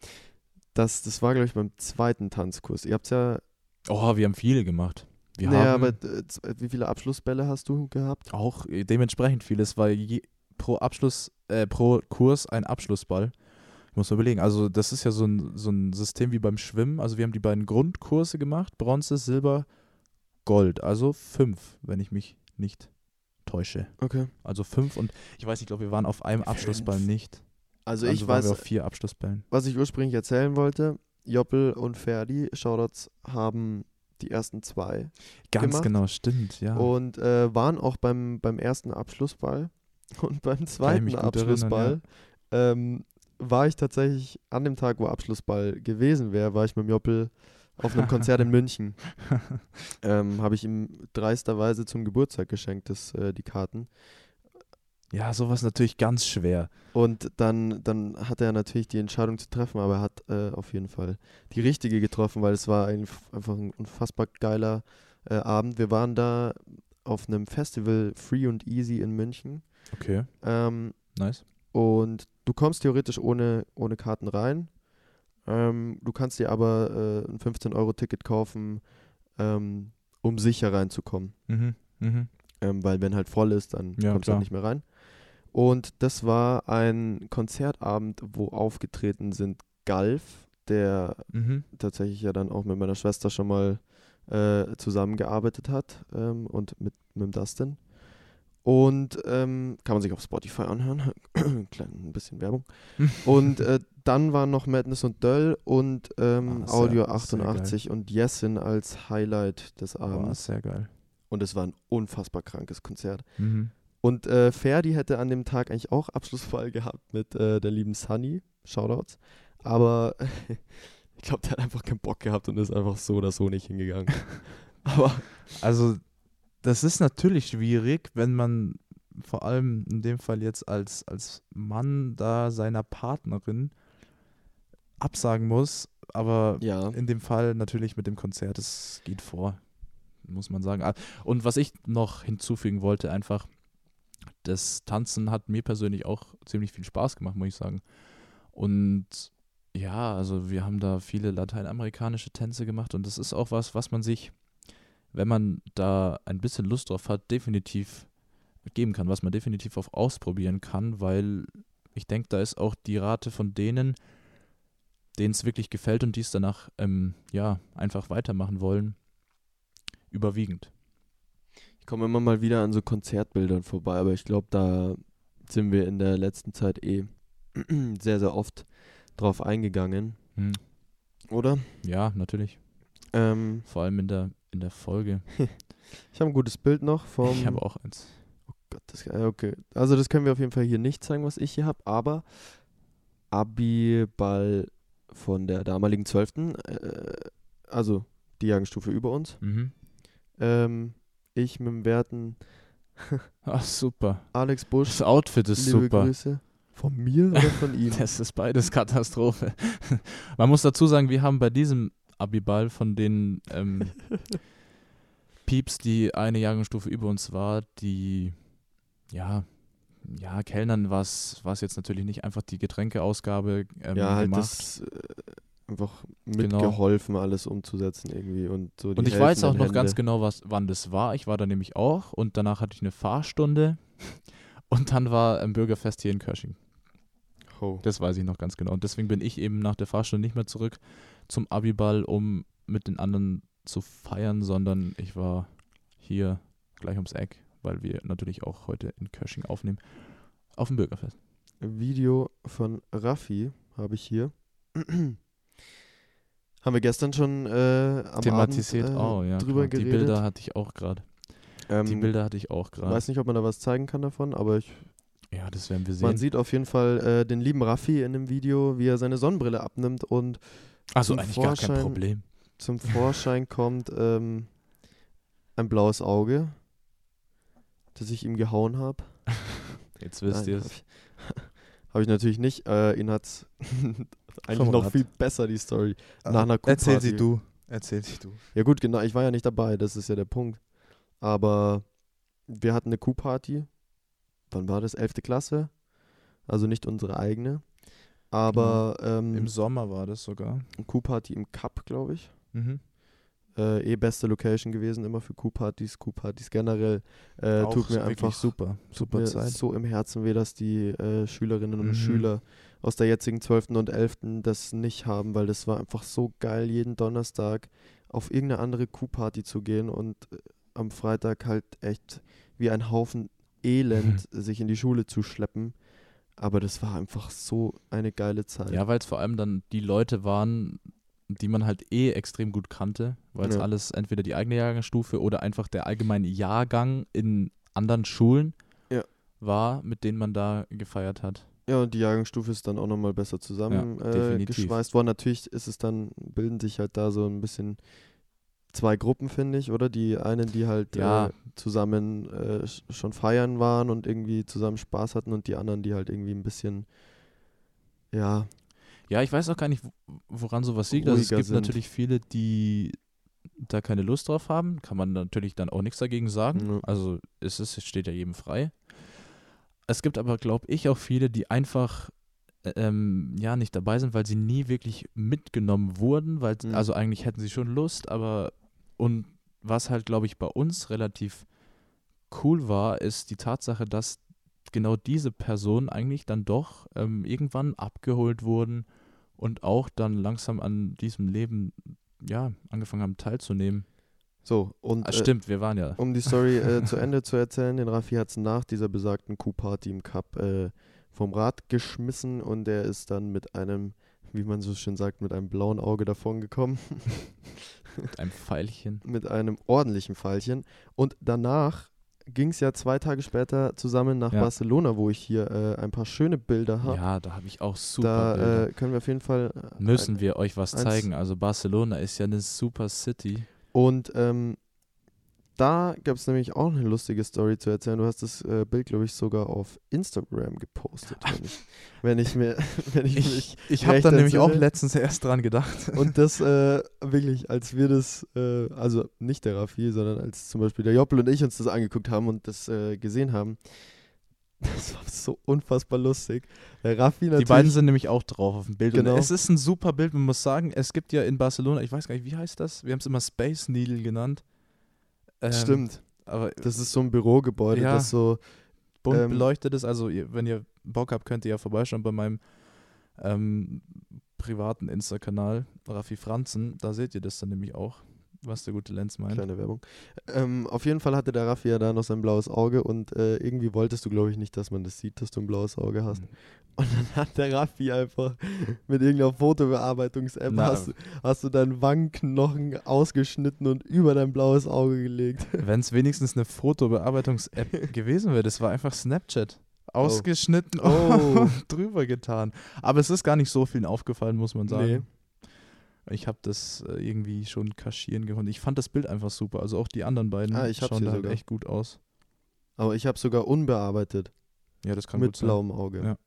Das, das war, glaube ich, beim zweiten Tanzkurs. Ihr habt ja, Oh, wir haben viele gemacht. Wir naja, haben aber äh, z- wie viele Abschlussbälle hast du gehabt? auch äh, dementsprechend vieles, weil je, pro Abschluss, äh, pro Kurs ein Abschlussball. Ich muss mal überlegen, also das ist ja so ein, so ein System wie beim Schwimmen. Also wir haben die beiden Grundkurse gemacht, Bronze, Silber, Gold. Also fünf, wenn ich mich nicht täusche. Okay. Also fünf und ich weiß nicht, ich glaube, wir waren auf einem Abschlussball Fünf. nicht. Also, Also ich waren weiß, wir auf vier Abschlussbällen. was ich ursprünglich erzählen wollte. Joppel und Ferdi, Shoutouts, haben die ersten zwei Ganz gemacht. genau, stimmt, ja. und äh, waren auch beim, beim ersten Abschlussball. Und beim zweiten mich gut Abschlussball ähm, war ich tatsächlich an dem Tag, wo Abschlussball gewesen wäre, war ich mit dem Joppel auf einem Konzert in München. Ähm, habe ich ihm dreisterweise zum Geburtstag geschenkt, das, äh, die Karten. Ja, sowas natürlich ganz schwer. Und dann, dann hat er natürlich die Entscheidung zu treffen, aber er hat äh, auf jeden Fall die richtige getroffen, weil es war ein, einfach ein unfassbar geiler äh, Abend. Wir waren da auf einem Festival Free und Easy in München. Okay, Ähm, nice. und du kommst theoretisch ohne, ohne Karten rein. Ähm, du kannst dir aber äh, ein fünfzehn-Euro-Ticket kaufen, ähm, um sicher reinzukommen. Mhm, mhm. Ähm, weil wenn halt voll ist, dann Ja, kommst du klar. halt nicht mehr rein. Und das war ein Konzertabend, wo aufgetreten sind Galf, der Mhm. tatsächlich ja dann auch mit meiner Schwester schon mal äh, zusammengearbeitet hat ähm, und mit, mit dem Dustin. Und ähm, kann man sich auf Spotify anhören. Klein, ein bisschen Werbung. Und äh, dann waren noch Madness und Döll und ähm, Ah, sehr- Audio sehr achtundachtzig und Jessin als Highlight des War Abends. sehr geil. Und es war ein unfassbar krankes Konzert. Mhm. Und äh, Ferdi hätte an dem Tag eigentlich auch Abschlussfall gehabt mit äh, der lieben Sunny. Shoutouts. Aber ich glaube, der hat einfach keinen Bock gehabt und ist einfach so oder so nicht hingegangen. Aber Also, das ist natürlich schwierig, wenn man vor allem in dem Fall jetzt als, als Mann da seiner Partnerin absagen muss, aber ja, in dem Fall natürlich mit dem Konzert, es geht vor, muss man sagen. Ah, und was ich noch hinzufügen wollte, einfach, das Tanzen hat mir persönlich auch ziemlich viel Spaß gemacht, muss ich sagen. Und ja, also wir haben da viele lateinamerikanische Tänze gemacht und das ist auch was, was man sich, wenn man da ein bisschen Lust drauf hat, definitiv geben kann, was man definitiv auch ausprobieren kann, weil ich denke, da ist auch die Rate von denen, denen es wirklich gefällt und die es danach ähm, ja, einfach weitermachen wollen, überwiegend. ich komme immer mal wieder an so Konzertbildern vorbei, aber ich glaube, da sind wir in der letzten Zeit eh sehr, sehr oft drauf eingegangen, Hm. oder? Ja, natürlich. Ähm, Vor allem in der, in der Folge. ich habe ein gutes Bild noch vom. Ich habe auch eins. Gott, das, äh, okay. Also das können wir auf jeden Fall hier nicht zeigen, was ich hier habe, aber Abi-Ball von der damaligen zwölften Äh, also die Jahrgangsstufe über uns. Mhm. Ähm, ich mit dem werten Ach, super. Alex Busch, Das Outfit ist liebe super. Grüße. Von mir oder von ihm? Das ist beides Katastrophe. Man muss dazu sagen, wir haben bei diesem Abiball von den ähm, Pieps, die eine Jahrgangsstufe über uns war, die, ja, ja, Kellnern war es jetzt natürlich nicht einfach die Getränkeausgabe ähm, ja, halt gemacht. das äh, einfach Genau. mitgeholfen, alles umzusetzen irgendwie und so die Und ich weiß auch helfenden noch ganz Hände. genau, was, wann das war. Ich war da nämlich auch und danach hatte ich eine Fahrstunde und dann war ein Bürgerfest hier in Körsching. Oh. Das weiß ich noch ganz genau. Und deswegen bin ich eben nach der Fahrstunde nicht mehr zurück zum Abiball, um mit den anderen zu feiern, sondern ich war hier gleich ums Eck, weil wir natürlich auch heute in Körsching aufnehmen, auf dem Bürgerfest. Video von Raffi habe ich hier. Haben wir gestern schon äh, am Thematisiert, Abend äh, oh ja, drüber klar. Die geredet. Bilder hatte ich auch gerade. Ähm, Die Bilder hatte ich auch Ich gerade. weiß nicht, ob man da was zeigen kann davon, aber ich, Ja, das werden wir man sehen. sieht auf jeden Fall äh, den lieben Raffi in dem Video, wie er seine Sonnenbrille abnimmt und Also zum eigentlich gar kein Vorschein- Problem. zum Vorschein kommt ähm, ein blaues Auge, das ich ihm gehauen habe. Jetzt wisst ihr Habe es. ich, hab ich natürlich nicht. Äh, ihn hat's eigentlich Vom noch Rad. viel besser, die Story. Nach einer Erzähl sie Kuhparty. du. Erzähl sie du. Ja gut, genau, ich war ja nicht dabei, das ist ja der Punkt. Aber wir hatten eine Kuhparty. Wann war das? elfte Klasse? Also nicht unsere eigene. Aber ähm, Im Sommer war das sogar. Kuhparty im Cup, glaube ich. Mhm. Äh, eh beste Location gewesen, immer für Kuhpartys. Kuhpartys generell. Äh, Auch tut mir wirklich einfach super. tut Super mir Zeit. so im Herzen weh, dass die äh, Schülerinnen und Mhm. Schüler aus der jetzigen zwölften und elften das nicht haben, weil das war einfach so geil, jeden Donnerstag auf irgendeine andere Kuhparty zu gehen und äh, am Freitag halt echt wie ein Haufen Elend sich in die Schule zu schleppen. Aber das war einfach so eine geile Zeit. Ja, weil es vor allem dann die Leute waren, die man halt eh extrem gut kannte, weil es Ja. alles entweder die eigene Jahrgangsstufe oder einfach der allgemeine Jahrgang in anderen Schulen Ja. war, mit denen man da gefeiert hat. Ja, und die Jahrgangsstufe ist dann auch nochmal besser zusammen Ja, äh, definitiv. geschweißt worden. Natürlich ist es dann, bilden sich halt da so ein bisschen zwei Gruppen, finde ich, oder? Die einen, die halt Ja. äh, zusammen äh, sch- schon feiern waren und irgendwie zusammen Spaß hatten und die anderen, die halt irgendwie ein bisschen, ja, Ja, ich weiß auch gar nicht, wo- woran sowas liegt. Also es ruhiger gibt sind. natürlich viele, die da keine Lust drauf haben. Kann man natürlich dann auch nichts dagegen sagen. Ja. Also es ist, es steht ja jedem frei. Es gibt aber, glaube ich, auch viele, die einfach äh, ähm, ja nicht dabei sind, weil sie nie wirklich mitgenommen wurden, weil Mhm. also eigentlich hätten sie schon Lust, aber und was halt, glaube ich, bei uns relativ cool war, ist die Tatsache, dass genau diese Personen eigentlich dann doch ähm, irgendwann abgeholt wurden und auch dann langsam an diesem Leben ja angefangen haben teilzunehmen. So, und Ah, äh, stimmt, wir waren ja. um die Story äh, zu Ende zu erzählen, den Raffi hat es nach dieser besagten Q-Party im Cup äh, vom Rad geschmissen und er ist dann mit einem, wie man so schön sagt, mit einem blauen Auge davongekommen. Mit einem Pfeilchen. Mit einem ordentlichen Pfeilchen. Und danach ging es ja zwei Tage später zusammen nach Ja. Barcelona, wo ich hier äh, ein paar schöne Bilder habe. Ja, da habe ich auch super da Bilder. äh, können wir auf jeden Fall. Äh, Müssen ein, wir euch was eins- zeigen. Also Barcelona ist ja eine super City. Und ähm, da gab es nämlich auch eine lustige Story zu erzählen. Du hast das äh, Bild, glaube ich, sogar auf Instagram gepostet, wenn ich, wenn ich mir, wenn ich, Ich, mich ich habe recht da nämlich auch entsinne. letztens erst dran gedacht. Und das äh, wirklich, als wir das, äh, also nicht der Raffi, sondern als zum Beispiel der Joppel und ich uns das angeguckt haben und das äh, gesehen haben, das war so unfassbar lustig. Der Raffi natürlich. Die beiden sind nämlich auch drauf auf dem Bild. Genau. Und es ist ein super Bild, man muss sagen, es gibt ja in Barcelona, ich weiß gar nicht, wie heißt das? Wir haben es immer Space Needle genannt. Ähm, Stimmt, Aber das ist so ein Bürogebäude, Ja. das so, bunt ähm, beleuchtet ist. Also ihr, wenn ihr Bock habt, könnt ihr ja vorbeischauen bei meinem ähm, privaten Insta-Kanal, Raffi Franzen. Da seht ihr das dann nämlich auch, was der gute Lenz meint. kleine Werbung. Ähm, auf jeden Fall hatte der Raffi ja da noch sein blaues Auge und äh, irgendwie wolltest du, glaube ich, nicht, dass man das sieht, dass du ein blaues Auge hast. Mhm. Und dann hat der Raffi einfach mit irgendeiner Fotobearbeitungs-App Na, hast, du- hast du deinen Wangenknochen ausgeschnitten und über dein blaues Auge gelegt. Wenn es wenigstens eine Fotobearbeitungs-App gewesen wäre, das war einfach Snapchat. Ausgeschnitten Oh. und drüber getan. Aber es ist gar nicht so vielen aufgefallen, muss man sagen. Ich habe das äh, irgendwie schon kaschieren gekonnt. Ich fand das Bild einfach super. Also auch die anderen beiden Ah, ich hab's schauen hier da halt sogar. echt gut aus. Aber ich habe sogar unbearbeitet, Ja, das kann mit gut sein. blauem Auge. Ja.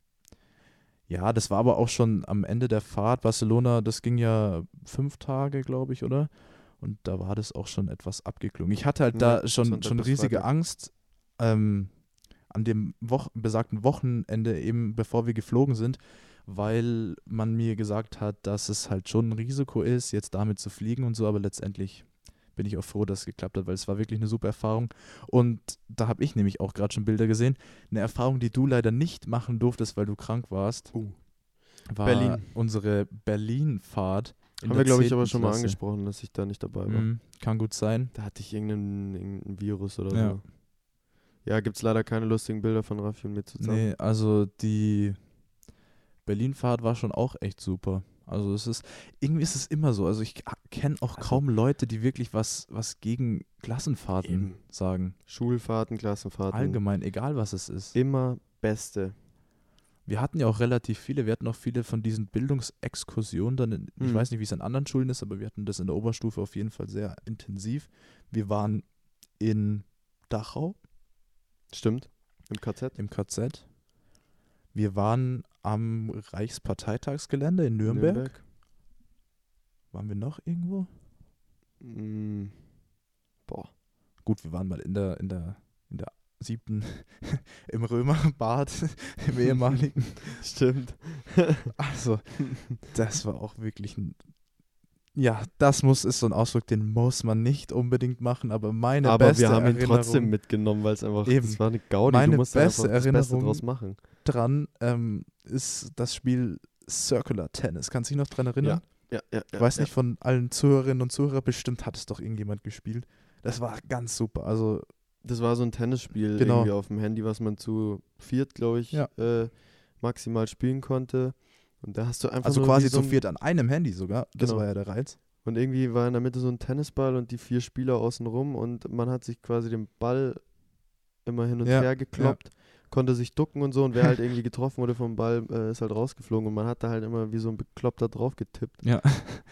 Ja, das war aber auch schon am Ende der Fahrt. Barcelona, das ging ja fünf Tage, glaube ich, oder? Und da war das auch schon etwas abgeklungen. Ich hatte halt Ja, da schon, Sonntag schon bis riesige Freitag. Angst, ähm, an dem Woch besagten Wochenende, eben bevor wir geflogen sind, weil man mir gesagt hat, dass es halt schon ein Risiko ist, jetzt damit zu fliegen und so, aber letztendlich bin ich auch froh, dass es geklappt hat, weil es war wirklich eine super Erfahrung. Und da habe ich nämlich auch gerade schon Bilder gesehen. Eine Erfahrung, die du leider nicht machen durftest, weil du krank warst, Uh. war Berlin. unsere Berlin-Fahrt. in Haben der wir, glaube ich, aber zehnten schon mal Klasse. angesprochen, dass ich da nicht dabei war. Mhm, kann gut sein. Da hatte ich irgendeinen, irgendein Virus oder Ja. so. Ja, gibt es leider keine lustigen Bilder von Raffi und mir zusammen. Nee, also die Berlin-Fahrt war schon auch echt super. Also es ist, irgendwie ist es immer so. Also ich kenne auch Also- kaum Leute, die wirklich was, was gegen Klassenfahrten Eben. sagen. Schulfahrten, Klassenfahrten. Allgemein, egal was es ist. Immer Beste. Wir hatten ja auch relativ viele, wir hatten auch viele von diesen Bildungsexkursionen dann, in, ich Mhm. weiß nicht, wie es an anderen Schulen ist, aber wir hatten das in der Oberstufe auf jeden Fall sehr intensiv. Wir waren in Dachau Stimmt. Im K Z. im K Z. Wir waren am Reichsparteitagsgelände in Nürnberg. Waren wir noch irgendwo? Mm. Boah. Gut, wir waren mal in der, in der, in der siebten im Römerbad, im ehemaligen. Stimmt. Also, das war auch wirklich ein. Ja, das muss ist so ein Ausdruck, den muss man nicht unbedingt machen, aber meine Aber beste wir haben ihn Erinnerung trotzdem mitgenommen, weil es einfach, Eben. das war eine Gaudi, Meine du musst da einfach beste das Beste Erinnerung- draus machen. dran ähm, ist das Spiel Circular Tennis. Kannst du dich noch dran erinnern? Ja, ja, Ich weiß nicht, von allen Zuhörerinnen und Zuhörern, bestimmt hat es doch irgendjemand gespielt. Das war ganz super. Also, Das war so ein Tennisspiel Genau. irgendwie auf dem Handy, was man zu viert, glaube ich, Ja. äh, maximal spielen konnte. Und da hast du einfach also nur quasi wie so zu ein, viert an einem Handy sogar. Das Genau. war ja der Reiz. Und irgendwie war in der Mitte so ein Tennisball und die vier Spieler außen rum und man hat sich quasi den Ball immer hin und Ja, her gekloppt, konnte sich ducken und so und wer halt irgendwie getroffen wurde vom Ball, äh, ist halt rausgeflogen und man hat da halt immer wie so ein Bekloppter drauf getippt. Ja.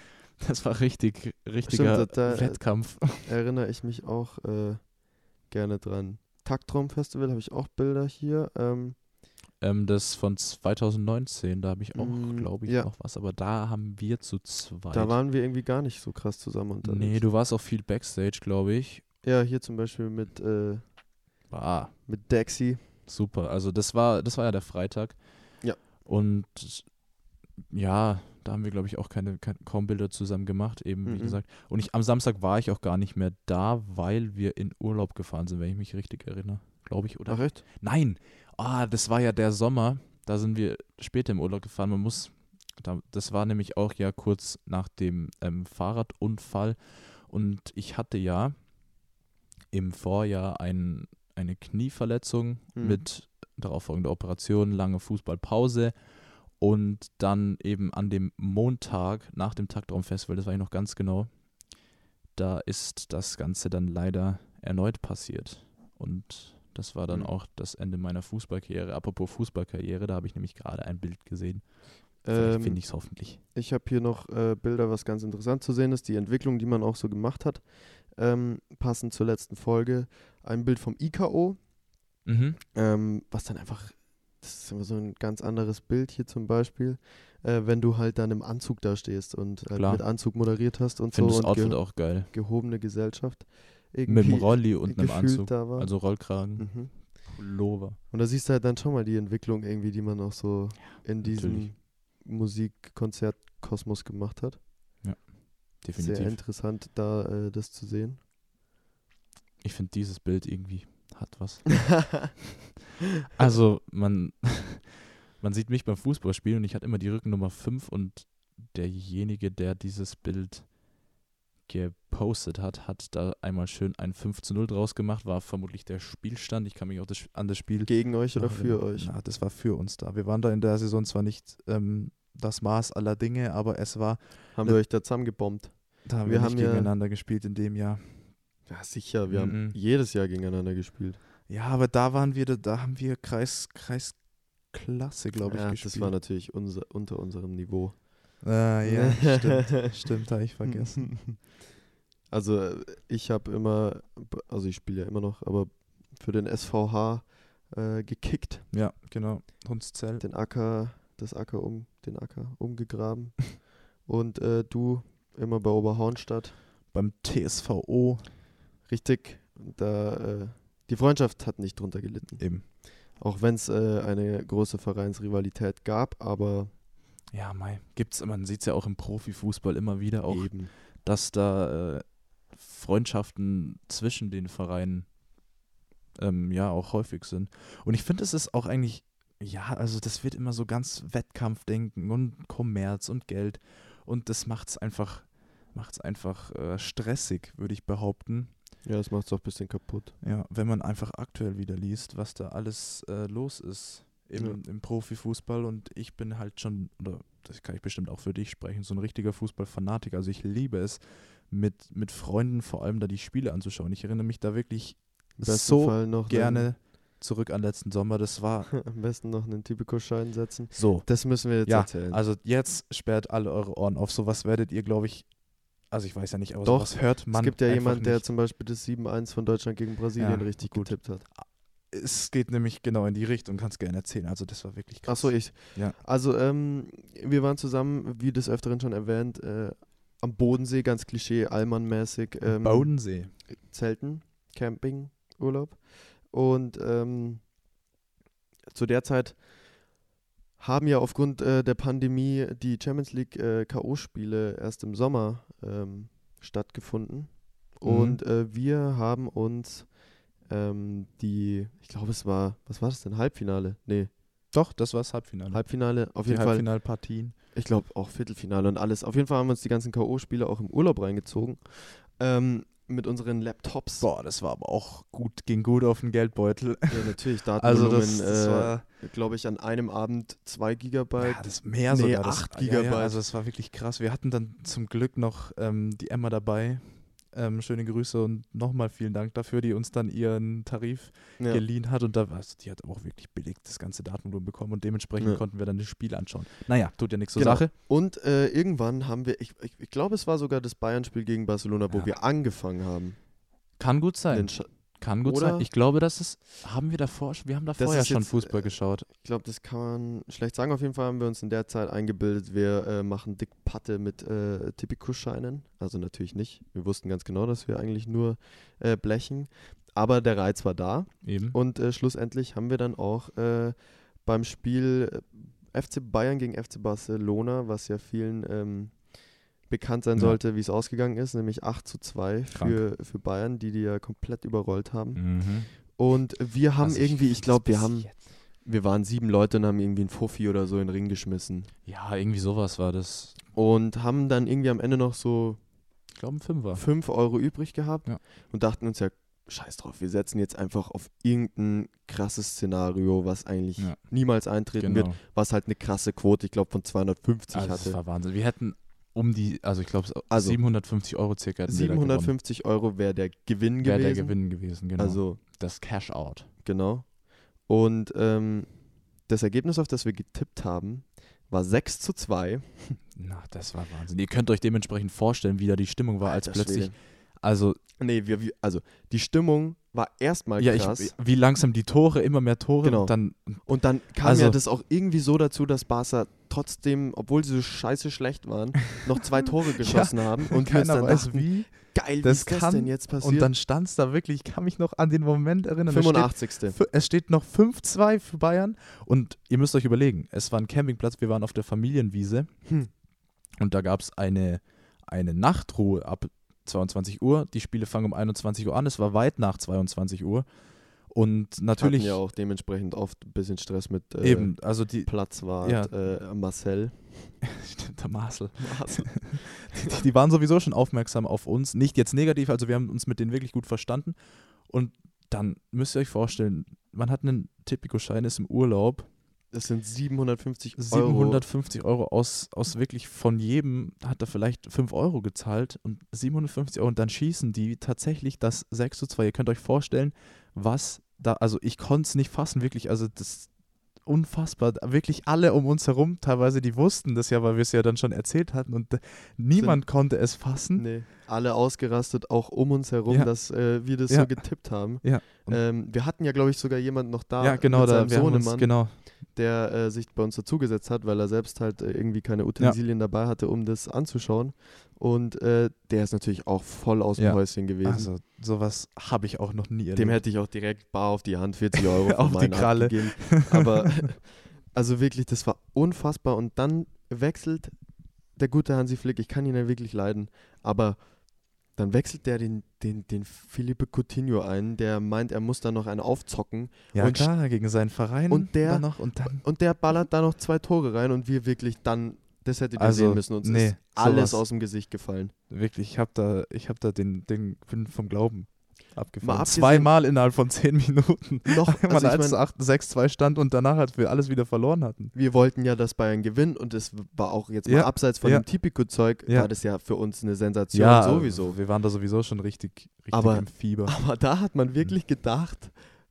Das war richtig, richtiger Stimmt, da- da- Wettkampf. Erinnere ich mich auch äh, gerne dran. Taktraum-Festival habe ich auch Bilder hier. Ähm, Ähm, das von zwanzig neunzehn, da habe ich auch, Mm, glaube ich, ja. noch was. Aber da haben wir zu zweit. da waren wir irgendwie gar nicht so krass zusammen unterwegs. Nee, du warst auch viel Backstage, glaube ich. Ja, hier zum Beispiel mit, äh, Ah, mit Dexy. super. Also das war, das war ja der Freitag. Ja. Und ja, da haben wir, glaube ich, auch keine, keine kaum Bilder zusammen gemacht, eben wie Mhm. gesagt. Und ich, am Samstag war ich auch gar nicht mehr da, weil wir in Urlaub gefahren sind, wenn ich mich richtig erinnere. Glaube ich, oder? Ach echt? Nein, ah, das war ja der Sommer. Da sind wir später im Urlaub gefahren. Man muss, da, das war nämlich auch ja kurz nach dem ähm, Fahrradunfall. Und ich hatte ja im Vorjahr ein, eine Knieverletzung Mhm. mit darauffolgender Operation, lange Fußballpause. Und dann eben an dem Montag nach dem Taktraumfestival, das weiß ich noch ganz genau, da ist das Ganze dann leider erneut passiert. Und das war dann Mhm. auch das Ende meiner Fußballkarriere. Apropos Fußballkarriere, da habe ich nämlich gerade ein Bild gesehen. Vielleicht Ähm, finde ich es hoffentlich. Ich habe hier noch äh, Bilder, was ganz interessant zu sehen ist. Die Entwicklung, die man auch so gemacht hat. Ähm, passend zur letzten Folge. Ein Bild vom I K O. Mhm. Ähm, was dann einfach, das ist immer so ein ganz anderes Bild hier zum Beispiel, äh, wenn du halt dann im Anzug da stehst und halt Klar. mit Anzug moderiert hast und Ich finde so das und Outfit ge auch geil. gehobene Gesellschaft Mit irgendwie einem Rolli und einem gefühlt Anzug. da war. Also Rollkragen, Mhm. Pullover. Und da siehst du halt dann schon mal die Entwicklung irgendwie, die man auch so in diesem natürlich. Musikkonzertkosmos gemacht hat. Sehr Definitiv. interessant, da äh, das zu sehen. Ich finde dieses Bild irgendwie hat was. Also man, man sieht mich beim Fußballspielen und ich hatte immer die Rückennummer fünf und derjenige, der dieses Bild gepostet hat, hat da einmal schön ein fünf zu null draus gemacht, war vermutlich der Spielstand. Ich kann mich auch das, an das Spiel Gegen euch oder noch für erinnern. euch? Ja, das war für uns da. Wir waren da in der Saison zwar nicht ähm, das Maß aller Dinge, aber es war, Haben wir euch da zusammengebombt? da haben Wir wir, haben nicht ja- gegeneinander gespielt in dem Jahr. Ja, sicher. Wir haben Mhm. jedes Jahr gegeneinander gespielt. Ja, aber da waren wir, da, da haben wir Kreis, Kreisklasse, glaube ich, ja, gespielt. das war natürlich unser, unter unserem Niveau. Ah, ja, stimmt, stimmt, habe ich vergessen. Also äh, ich habe immer, also ich spiele ja immer noch, aber für den S V H äh, gekickt, Ja, genau, Hundszell. den Acker, das Acker um, den Acker umgegraben. Und äh, du immer bei Oberhornstadt. Beim T S V O Richtig. Da äh, die Freundschaft hat nicht drunter gelitten. eben. Auch wenn es äh, eine große Vereinsrivalität gab, aber Ja, Mai, gibt's, man sieht es ja auch im Profifußball immer wieder, auch, eben. dass da äh, Freundschaften zwischen den Vereinen ähm, ja auch häufig sind. Und ich finde, es ist auch eigentlich, ja, also das wird immer so ganz Wettkampfdenken und Kommerz und Geld und das macht es einfach, macht's einfach äh, stressig, würde ich behaupten. Ja, das macht es auch ein bisschen kaputt. Ja, wenn man einfach aktuell wieder liest, was da alles äh, los ist im, Ja. im Profifußball und ich bin halt schon, oder das kann ich bestimmt auch für dich sprechen, so ein richtiger Fußballfanatiker. Also ich liebe es, mit, mit Freunden vor allem da die Spiele anzuschauen. Ich erinnere mich da wirklich Im besten so Fall noch gerne zurück an letzten Sommer. Das war Einen, am besten noch einen Typico-Schein setzen. so. Das müssen wir jetzt Ja, erzählen. also jetzt sperrt alle eure Ohren auf. Sowas werdet ihr, glaube ich, also ich weiß ja nicht, aber Doch, sowas hört man es gibt ja einfach jemand, der nicht. zum Beispiel das sieben eins von Deutschland gegen Brasilien Ja, richtig gut. getippt hat. Es geht nämlich genau in die Richtung, kannst gerne erzählen. Also das war wirklich krass. Achso, ich. Ja. Also, ähm, wir waren zusammen, wie des Öfteren schon erwähnt, äh, am Bodensee, ganz Klischee, Allmann-mäßig. Ähm, Bodensee. Zelten, Camping, Urlaub. Und ähm, zu der Zeit haben ja aufgrund äh, der Pandemie die Champions League äh, K O-Spiele erst im Sommer ähm, stattgefunden. Mhm. Und äh, wir haben uns ähm, die, ich glaube es war, was war das denn, Halbfinale? Nee, Doch, das war das Halbfinale. Halbfinale, auf die jeden Fall. Halbfinalpartien. Ich glaube auch Viertelfinale und alles. Auf jeden Fall haben wir uns die ganzen K O-Spiele auch im Urlaub reingezogen. Ähm, mit unseren Laptops. Boah, das war aber auch gut, ging gut auf den Geldbeutel. Ja, natürlich. Also Datenvolumen, das, das äh, war glaube ich, an einem Abend zwei Gigabyte. ja, das mehr nee, sogar. Das, acht Ja, ja, Gigabyte. also es war wirklich krass. Wir hatten dann zum Glück noch ähm, die Emma dabei, ähm, schöne Grüße und nochmal vielen Dank dafür, die uns dann ihren Tarif Ja. geliehen hat. Und da, also die hat auch wirklich billig das ganze Datenvolumen bekommen und dementsprechend Ja. konnten wir dann das Spiel anschauen. Naja, tut ja nichts zur Genau. Sache. Und äh, irgendwann haben wir, ich, ich, ich glaube, es war sogar das Bayern-Spiel gegen Barcelona, wo Ja. wir angefangen haben. Kann gut sein. Den Sch- Kann gut Oder- sein. Ich glaube, das ist, haben wir davor, wir haben davor Das ja ist schon jetzt, Fußball äh, geschaut. Ich glaube, das kann man schlecht sagen. Auf jeden Fall haben wir uns in der Zeit eingebildet, wir äh, machen dick Patte mit äh, Tipico-Scheinen. Also natürlich nicht. Wir wussten ganz genau, dass wir eigentlich nur äh, blechen. Aber der Reiz war da. Eben. Und äh, schlussendlich haben wir dann auch äh, beim Spiel äh, F C Bayern gegen F C Barcelona, was ja vielen ähm, bekannt sein Ja. sollte, wie es ausgegangen ist, nämlich acht zu zwei für, für Bayern, die die ja komplett überrollt haben. Mhm. Und wir haben Also irgendwie, ich find's glaube, wir bis haben, jetzt- wir waren sieben Leute und haben irgendwie einen Fuffi oder so in den Ring geschmissen. Ja, irgendwie sowas war das. Und haben dann irgendwie am Ende noch so Ich glaube, ein Fünfer. fünf Euro übrig gehabt Ja. und dachten uns ja, scheiß drauf, wir setzen jetzt einfach auf irgendein krasses Szenario, was eigentlich Ja. niemals eintreten wird, Genau. was halt eine krasse Quote, ich glaube, von zweihundertfünfzig Also das hatte. war Wahnsinn. Wir hätten um die, also ich glaube, Also, siebenhundertfünfzig Euro circa hätten wir da gewonnen. siebenhundertfünfzig Euro wäre der Gewinn Wäre gewesen. der Gewinn gewesen, genau. Also, das Cash-Out. genau. Und ähm, das Ergebnis, auf das wir getippt haben, war sechs zu zwei. Na, das war Wahnsinn. Ihr könnt euch dementsprechend vorstellen, wie da die Stimmung war, als Alter plötzlich, Schwede. also Nee, wir, wir, also die Stimmung war erstmal ja, krass. ich, wie langsam die Tore, immer mehr Tore Genau. und dann, Und dann kam Also- ja das auch irgendwie so dazu, dass Barca trotzdem, obwohl sie so scheiße schlecht waren, noch zwei Tore geschossen haben. Und wir uns keiner dann weiß dachten, wie. geil, wie Das ist das kann- denn jetzt passiert? Und dann stand es da wirklich, ich kann mich noch an den Moment erinnern. da steht- fünfundachtzigste F- Es steht noch fünf zwei für Bayern und ihr müsst euch überlegen, es war ein Campingplatz, wir waren auf der Familienwiese Hm. und da gab es eine, eine Nachtruhe ab zweiundzwanzig Uhr. Die Spiele fangen um einundzwanzig Uhr an, es war weit nach zweiundzwanzig Uhr und natürlich Hatten ja auch dementsprechend oft ein bisschen Stress mit äh, eben, also die, Platzwart Ja. äh, Marcel. stimmt, der Marcel, Also, die, die waren sowieso schon aufmerksam auf uns, nicht jetzt negativ, also wir haben uns mit denen wirklich gut verstanden und dann müsst ihr euch vorstellen, man hat einen Tipico-Schein, ist im Urlaub, das sind siebenhundertfünfzig Euro. siebenhundertfünfzig Euro aus, aus wirklich von jedem hat er vielleicht fünf Euro gezahlt und siebenhundertfünfzig Euro und dann schießen die tatsächlich das sechs zu zwei. Ihr könnt euch vorstellen, was da, also ich konnte es nicht fassen, wirklich, also das unfassbar, wirklich alle um uns herum, teilweise die wussten das ja, weil wir es ja dann schon erzählt hatten und äh, niemand konnte es fassen. Nee, alle ausgerastet, auch um uns herum, Ja. dass äh, wir das Ja. so getippt haben. Ja, und- Ähm, wir hatten ja, glaube ich, sogar jemanden noch da ja genau, mit da seinem wir haben uns, Sohnemann, genau, der äh, sich bei uns dazugesetzt hat, weil er selbst halt äh, irgendwie keine Utensilien dabei hatte, um das anzuschauen. Und äh, der ist natürlich auch voll aus dem Ja. Häuschen gewesen. also sowas habe ich auch noch nie erlebt. Dem hätte ich auch direkt bar auf die Hand vierzig Euro von Auf die meinen Kralle. abgegeben. Aber also wirklich, das war unfassbar. Und dann wechselt der gute Hansi Flick, ich kann ihn ja wirklich leiden, aber dann wechselt der den, den, den Felipe Coutinho ein, der meint, er muss da noch einen aufzocken. ja und klar, gegen seinen Verein und der- dann noch und dann Und der ballert da noch zwei Tore rein und wir wirklich dann, das hättet ihr Also, sehen müssen, uns nee, ist alles sowas. aus dem Gesicht gefallen. wirklich, ich habe da, ich habe da den, den bin vom Glauben abgefallen. abgesehen- Zweimal innerhalb von zehn Minuten. Noch, Man also ich als mein, sechs zwei stand und danach, als wir alles wieder verloren hatten. wir wollten ja, dass Bayern gewinnt und es war auch jetzt mal Ja, abseits von ja. dem Tipico-Zeug, Ja. war das ja für uns eine Sensation sowieso. Wir waren da sowieso schon richtig, richtig Aber- im Fieber. Aber da hat man wirklich gedacht,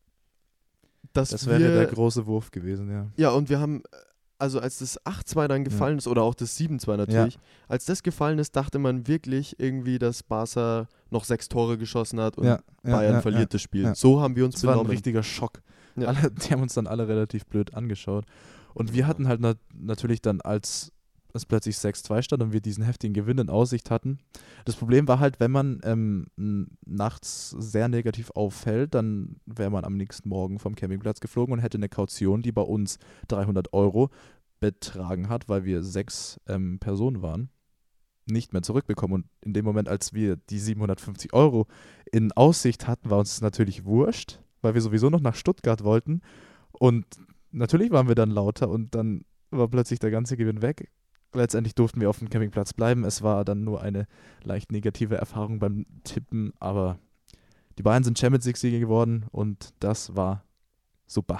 dass Das wir... wäre der große Wurf gewesen, ja. ja, und wir haben, also als das acht zwei dann gefallen ist, oder auch das sieben zwei natürlich, als das gefallen ist, dachte man wirklich irgendwie, dass Barca noch sechs Tore geschossen hat und ja, ja Bayern ja, verliert ja. das Spiel. ja. So haben wir uns Das war ein benommen. richtiger Schock. Ja. Alle, die haben uns dann alle relativ blöd angeschaut. Und wir Ja. hatten halt nat natürlich dann, als es plötzlich sechs zwei stand und wir diesen heftigen Gewinn in Aussicht hatten. Das Problem war halt, wenn man ähm, n- nachts sehr negativ auffällt, dann wäre man am nächsten Morgen vom Campingplatz geflogen und hätte eine Kaution, die bei uns dreihundert Euro betragen hat, weil wir sechs ähm, Personen waren, nicht mehr zurückbekommen. Und in dem Moment, als wir die siebenhundertfünfzig Euro in Aussicht hatten, war uns das natürlich wurscht, weil wir sowieso noch nach Stuttgart wollten. Und natürlich waren wir dann lauter und dann war plötzlich der ganze Gewinn weg. Letztendlich durften wir auf dem Campingplatz bleiben. Es war dann nur eine leicht negative Erfahrung beim Tippen, aber die Bayern sind Champions League-Sieger geworden und das war super.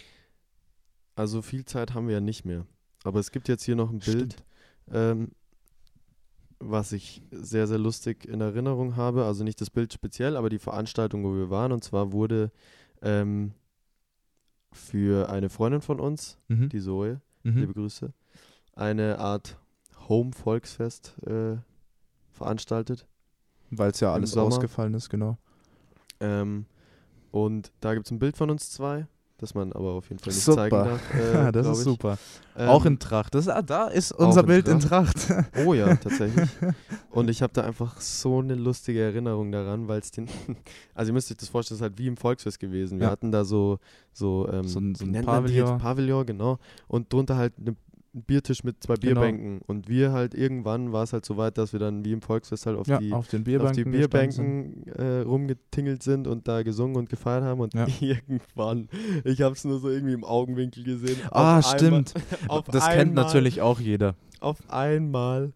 Also viel Zeit haben wir ja nicht mehr. Aber es gibt jetzt hier noch ein Bild, Stimmt. ähm, was ich sehr, sehr lustig in Erinnerung habe. Also nicht das Bild speziell, aber die Veranstaltung, wo wir waren. Und zwar wurde ähm, für eine Freundin von uns, Mhm. die Zoe, Mhm. liebe Grüße, eine Art Home-Volksfest äh, veranstaltet. Weil es ja Im alles Sommer. ausgefallen ist, genau. Ähm, und da gibt es ein Bild von uns zwei, das man aber auf jeden Fall nicht Super. zeigen darf. Äh, das glaub ist ich. super. Ähm, auch in Tracht. Das, ah, da ist auch unser in Bild in Tracht. Tracht. Oh ja, tatsächlich. Und ich habe da einfach so eine lustige Erinnerung daran, weil es den, also ihr müsst euch das vorstellen, es ist halt wie im Volksfest gewesen. Wir Ja. hatten da so, so, ähm, So ein- so wie ein nennt man die jetzt? Pavillon. Pavillon, genau. Und drunter halt eine ein Biertisch mit zwei Genau. Bierbänken. Und wir halt irgendwann war es halt so weit, dass wir dann wie im Volksfest halt auf ja, die auf den auf Bierbanken. die gestanden sind. Bierbänken äh, rumgetingelt sind und da gesungen und gefeiert haben und Ja. irgendwann, ich habe es nur so irgendwie im Augenwinkel gesehen. Ah, auf einmal- stimmt. auf Das kennt einmal, natürlich auch jeder. Auf einmal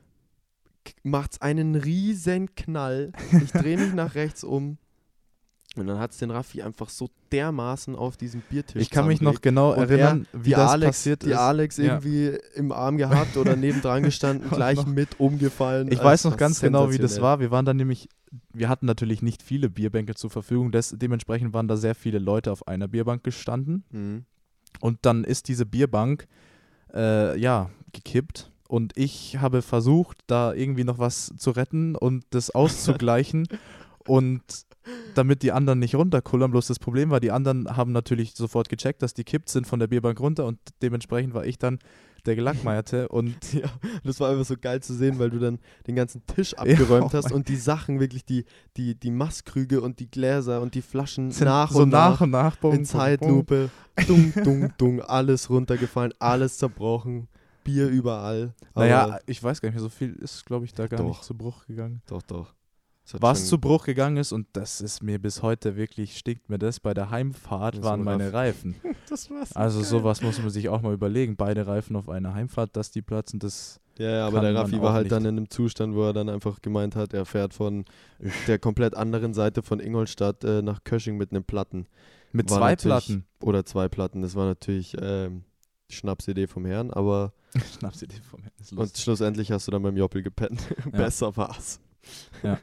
k- macht's einen riesen Knall. Ich drehe mich nach rechts um und dann hat's den Raffi einfach so dermaßen auf diesen Biertisch Ich kann mich noch zusammengelegt. genau Und erinnern, er, wie die das Alex, passiert die ist. Alex Ja. irgendwie im Arm gehabt oder nebendran gestanden, Und gleich noch- mit umgefallen. Ich Also weiß noch das ganz ist genau, wie das sensationell. war. Wir waren dann nämlich, wir hatten natürlich nicht viele Bierbänke zur Verfügung, des, dementsprechend waren da sehr viele Leute auf einer Bierbank gestanden. Mhm. Und dann ist diese Bierbank, äh, ja, gekippt. Und ich habe versucht, da irgendwie noch was zu retten und das auszugleichen. Und damit die anderen nicht runterkullern. Bloß das Problem war, die anderen haben natürlich sofort gecheckt, dass die kippt sind von der Bierbank runter. Und dementsprechend war ich dann der Gelackmeierte. Und Ja, das war einfach so geil zu sehen, weil du dann den ganzen Tisch abgeräumt oh hast mein- und die Sachen, wirklich die, die, die Maßkrüge und die Gläser und die Flaschen sind nach so und nach, nach und nach. Bum, in bum, Zeitlupe, dung, dung, dung, alles runtergefallen, alles zerbrochen, Bier überall. bum. Naja, Aber ich weiß gar nicht mehr, so viel ist, glaube ich, da gar Doch. nicht zu Bruch gegangen. doch, doch. Es hat Was schon- zu Bruch gegangen ist, und das ist mir bis heute wirklich, stinkt mir das, bei der Heimfahrt Das waren war meine Reifen. Das war's. Also sowas muss man sich auch mal überlegen. Beide Reifen auf einer Heimfahrt, dass die platzen, das Ja, ja, aber kann der man Raffi auch war halt nicht. dann in einem Zustand, wo er dann einfach gemeint hat, er fährt von der komplett anderen Seite von Ingolstadt äh, nach Kösching mit einem Platten. mit War zwei natürlich- Platten. Oder zwei Platten. Das war natürlich ähm, die Schnapsidee vom Herrn, aber Schnapsidee vom Herrn, ist und lustig. schlussendlich hast du dann beim Joppel gepennt. Besser war's. Ja.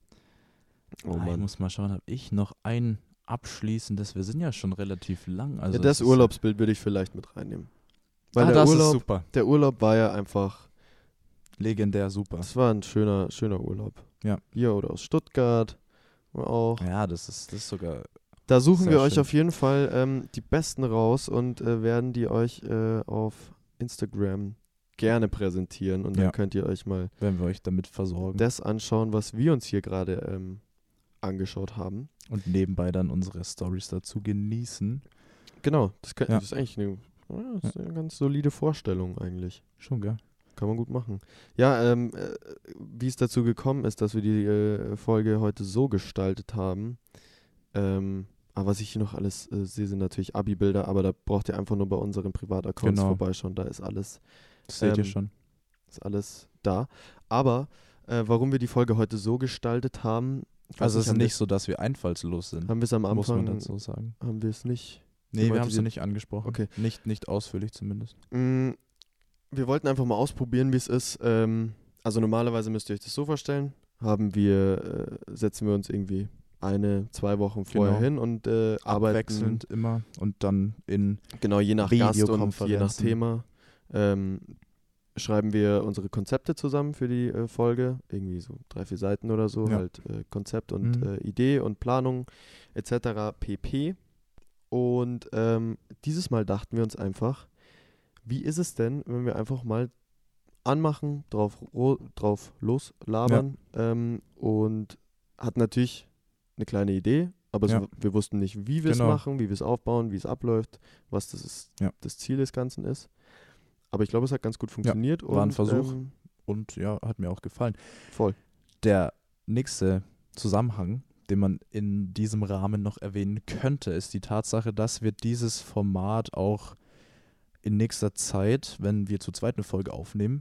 Oh Ah, ich Mann. muss mal schauen, habe ich noch ein abschließendes, wir sind ja schon relativ lang. Also ja, das es ist- Urlaubsbild würde ich vielleicht mit reinnehmen. Weil ah, der, das ist Urlaub, super. der Urlaub war ja einfach, Legendär super. das war ein schöner, schöner Urlaub. Ja. Hier oder aus Stuttgart war auch. Ja, das ist, das ist sogar. Da suchen Sehr wir euch schön. auf jeden Fall ähm, die besten raus und äh, werden die euch äh, auf Instagram gerne präsentieren. Und dann Ja. könnt ihr euch mal Werden wir euch damit versorgen. das anschauen, was wir uns hier gerade ähm, angeschaut haben. Und nebenbei dann unsere Stories dazu genießen. Genau, das, könnt, Ja. das ist eigentlich eine, ja, das ist eine ganz solide Vorstellung eigentlich. Schon, gell? Kann man gut machen. Ja, ähm, äh, wie es dazu gekommen ist, dass wir die äh, Folge heute so gestaltet haben. Ähm, aber was ich hier noch alles äh, sehe, sind natürlich Abi-Bilder, aber da braucht ihr einfach nur bei unseren Privataccounts Genau. vorbeischauen. Da ist alles, Das seht ihr Ähm, schon. ist alles da. Aber äh, warum wir die Folge heute so gestaltet haben, ich weiß Also es ist haben nicht so, dass wir einfallslos wir- sind, haben wir es am muss man Anfang, dazu sagen. haben wir es nicht. Nee, wir haben es thematisiert. nicht angesprochen. Okay. Nicht, nicht ausführlich zumindest. Mm, Wir wollten einfach mal ausprobieren, wie es ist. Ähm, also normalerweise müsst ihr euch das so vorstellen. Haben wir, äh, setzen wir uns irgendwie eine, zwei Wochen vorher Genau. hin und äh, arbeiten Abwechselnd immer und dann in genau je nach Gast und je nach Videokonferenzen. Thema. Ähm, schreiben wir unsere Konzepte zusammen für die äh, Folge. Irgendwie so drei, vier Seiten oder so. Ja. Halt äh, Konzept und Mhm. äh, Idee und Planung et cetera pp. Und ähm, dieses Mal dachten wir uns einfach, wie ist es denn, wenn wir einfach mal anmachen, drauf, ro- drauf loslabern ähm, und hatten natürlich eine kleine Idee, aber Ja. so, wir wussten nicht, wie wir es Genau. machen, wie wir es aufbauen, wie es abläuft, was das, ist, Ja. das Ziel des Ganzen ist. Aber ich glaube, es hat ganz gut funktioniert. war ein und, Versuch. Ähm, und ja, hat mir auch gefallen. voll. Der nächste Zusammenhang, den man in diesem Rahmen noch erwähnen könnte, ist die Tatsache, dass wir dieses Format auch in nächster Zeit, wenn wir zu zweit eine Folge aufnehmen,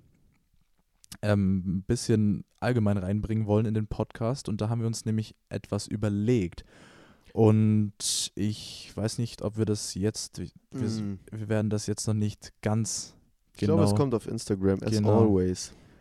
ähm, ein bisschen allgemein reinbringen wollen in den Podcast. Und da haben wir uns nämlich etwas überlegt. Und ich weiß nicht, ob wir das jetzt, wir, Mm. wir werden das jetzt noch nicht ganz Ich genau. glaube, es kommt auf Instagram, as Genau. always.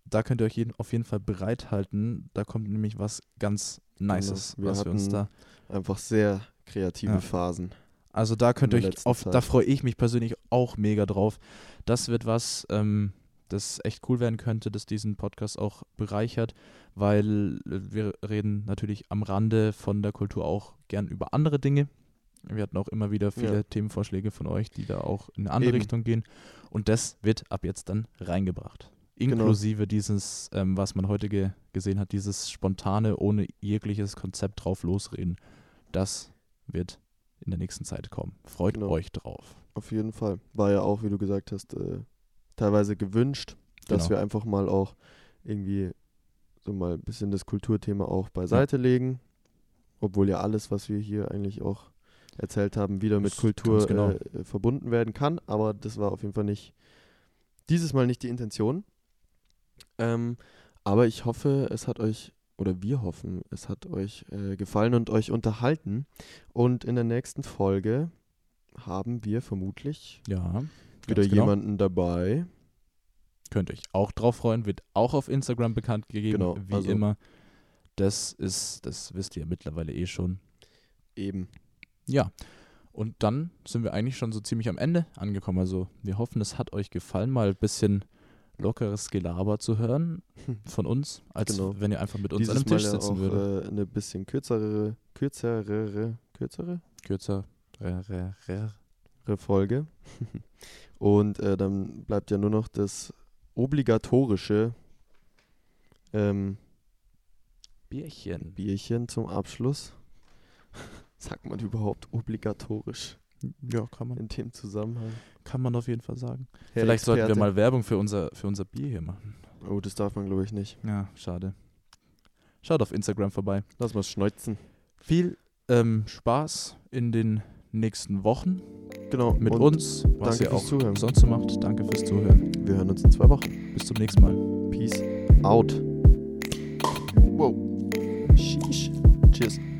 da könnt ihr euch jeden, auf jeden Fall bereithalten. Da kommt nämlich was ganz Nices, Genau. Wir was wir uns da... Einfach sehr kreative Ja. Phasen. Also da könnt ihr in der euch, letzten auf, Zeit. da freue ich mich persönlich auch mega drauf. Das wird was, ähm, das echt cool werden könnte, das diesen Podcast auch bereichert, weil wir reden natürlich am Rande von der Kultur auch gern über andere Dinge. Wir hatten auch immer wieder viele Ja. Themenvorschläge von euch, die da auch in eine andere Eben. Richtung gehen. Und das wird ab jetzt dann reingebracht. Genau. Inklusive dieses, ähm, was man heute ge- gesehen hat, dieses spontane, ohne jegliches Konzept drauf losreden. Das wird in der nächsten Zeit kommen. Freut Genau. euch drauf. Auf jeden Fall. War ja auch, wie du gesagt hast, äh, teilweise gewünscht, dass Genau. wir einfach mal auch irgendwie so mal ein bisschen das Kulturthema auch beiseite legen. Obwohl ja alles, was wir hier eigentlich auch erzählt haben, wieder mit Das- Kultur ganz genau. äh, verbunden werden kann. Aber das war auf jeden Fall nicht, dieses Mal nicht die Intention. Ähm, aber ich hoffe, es hat euch, oder wir hoffen, es hat euch äh, gefallen und euch unterhalten. Und in der nächsten Folge haben wir vermutlich Ja. wieder ganz genau. jemanden dabei. Könnt euch auch drauf freuen. Wird auch auf Instagram bekannt gegeben, Genau, wie also- immer. Das ist, das wisst ihr mittlerweile eh schon. Eben. Ja. Und dann sind wir eigentlich schon so ziemlich am Ende angekommen. Also wir hoffen, es hat euch gefallen, mal ein bisschen lockeres Gelaber zu hören von uns, als Genau. wenn ihr einfach mit uns Dieses an einem Tisch Mal ja sitzen auch würdet. äh, eine bisschen kürzere, kürzere, kürzere Kürzer. Re, re, re. Folge. Und äh, dann bleibt ja nur noch das obligatorische ähm, Bierchen. Bierchen zum Abschluss. Sagt man überhaupt obligatorisch Ja, kann man, in dem Zusammenhang? kann man auf jeden Fall sagen. Herr Vielleicht sollten wir Experte. mal Werbung für unser, für unser Bier hier machen. Oh, das darf man, glaube ich, nicht. Ja, schade. Schaut auf Instagram vorbei. Lass mal schneuzen. Viel ähm, Spaß in den nächsten Wochen Genau. mit und uns, was danke ihr auch fürs Zuhören. sonst so macht. Danke fürs Zuhören. Wir hören uns in zwei Wochen. Bis zum nächsten Mal. Peace out. Wow. Sheesh. Cheers.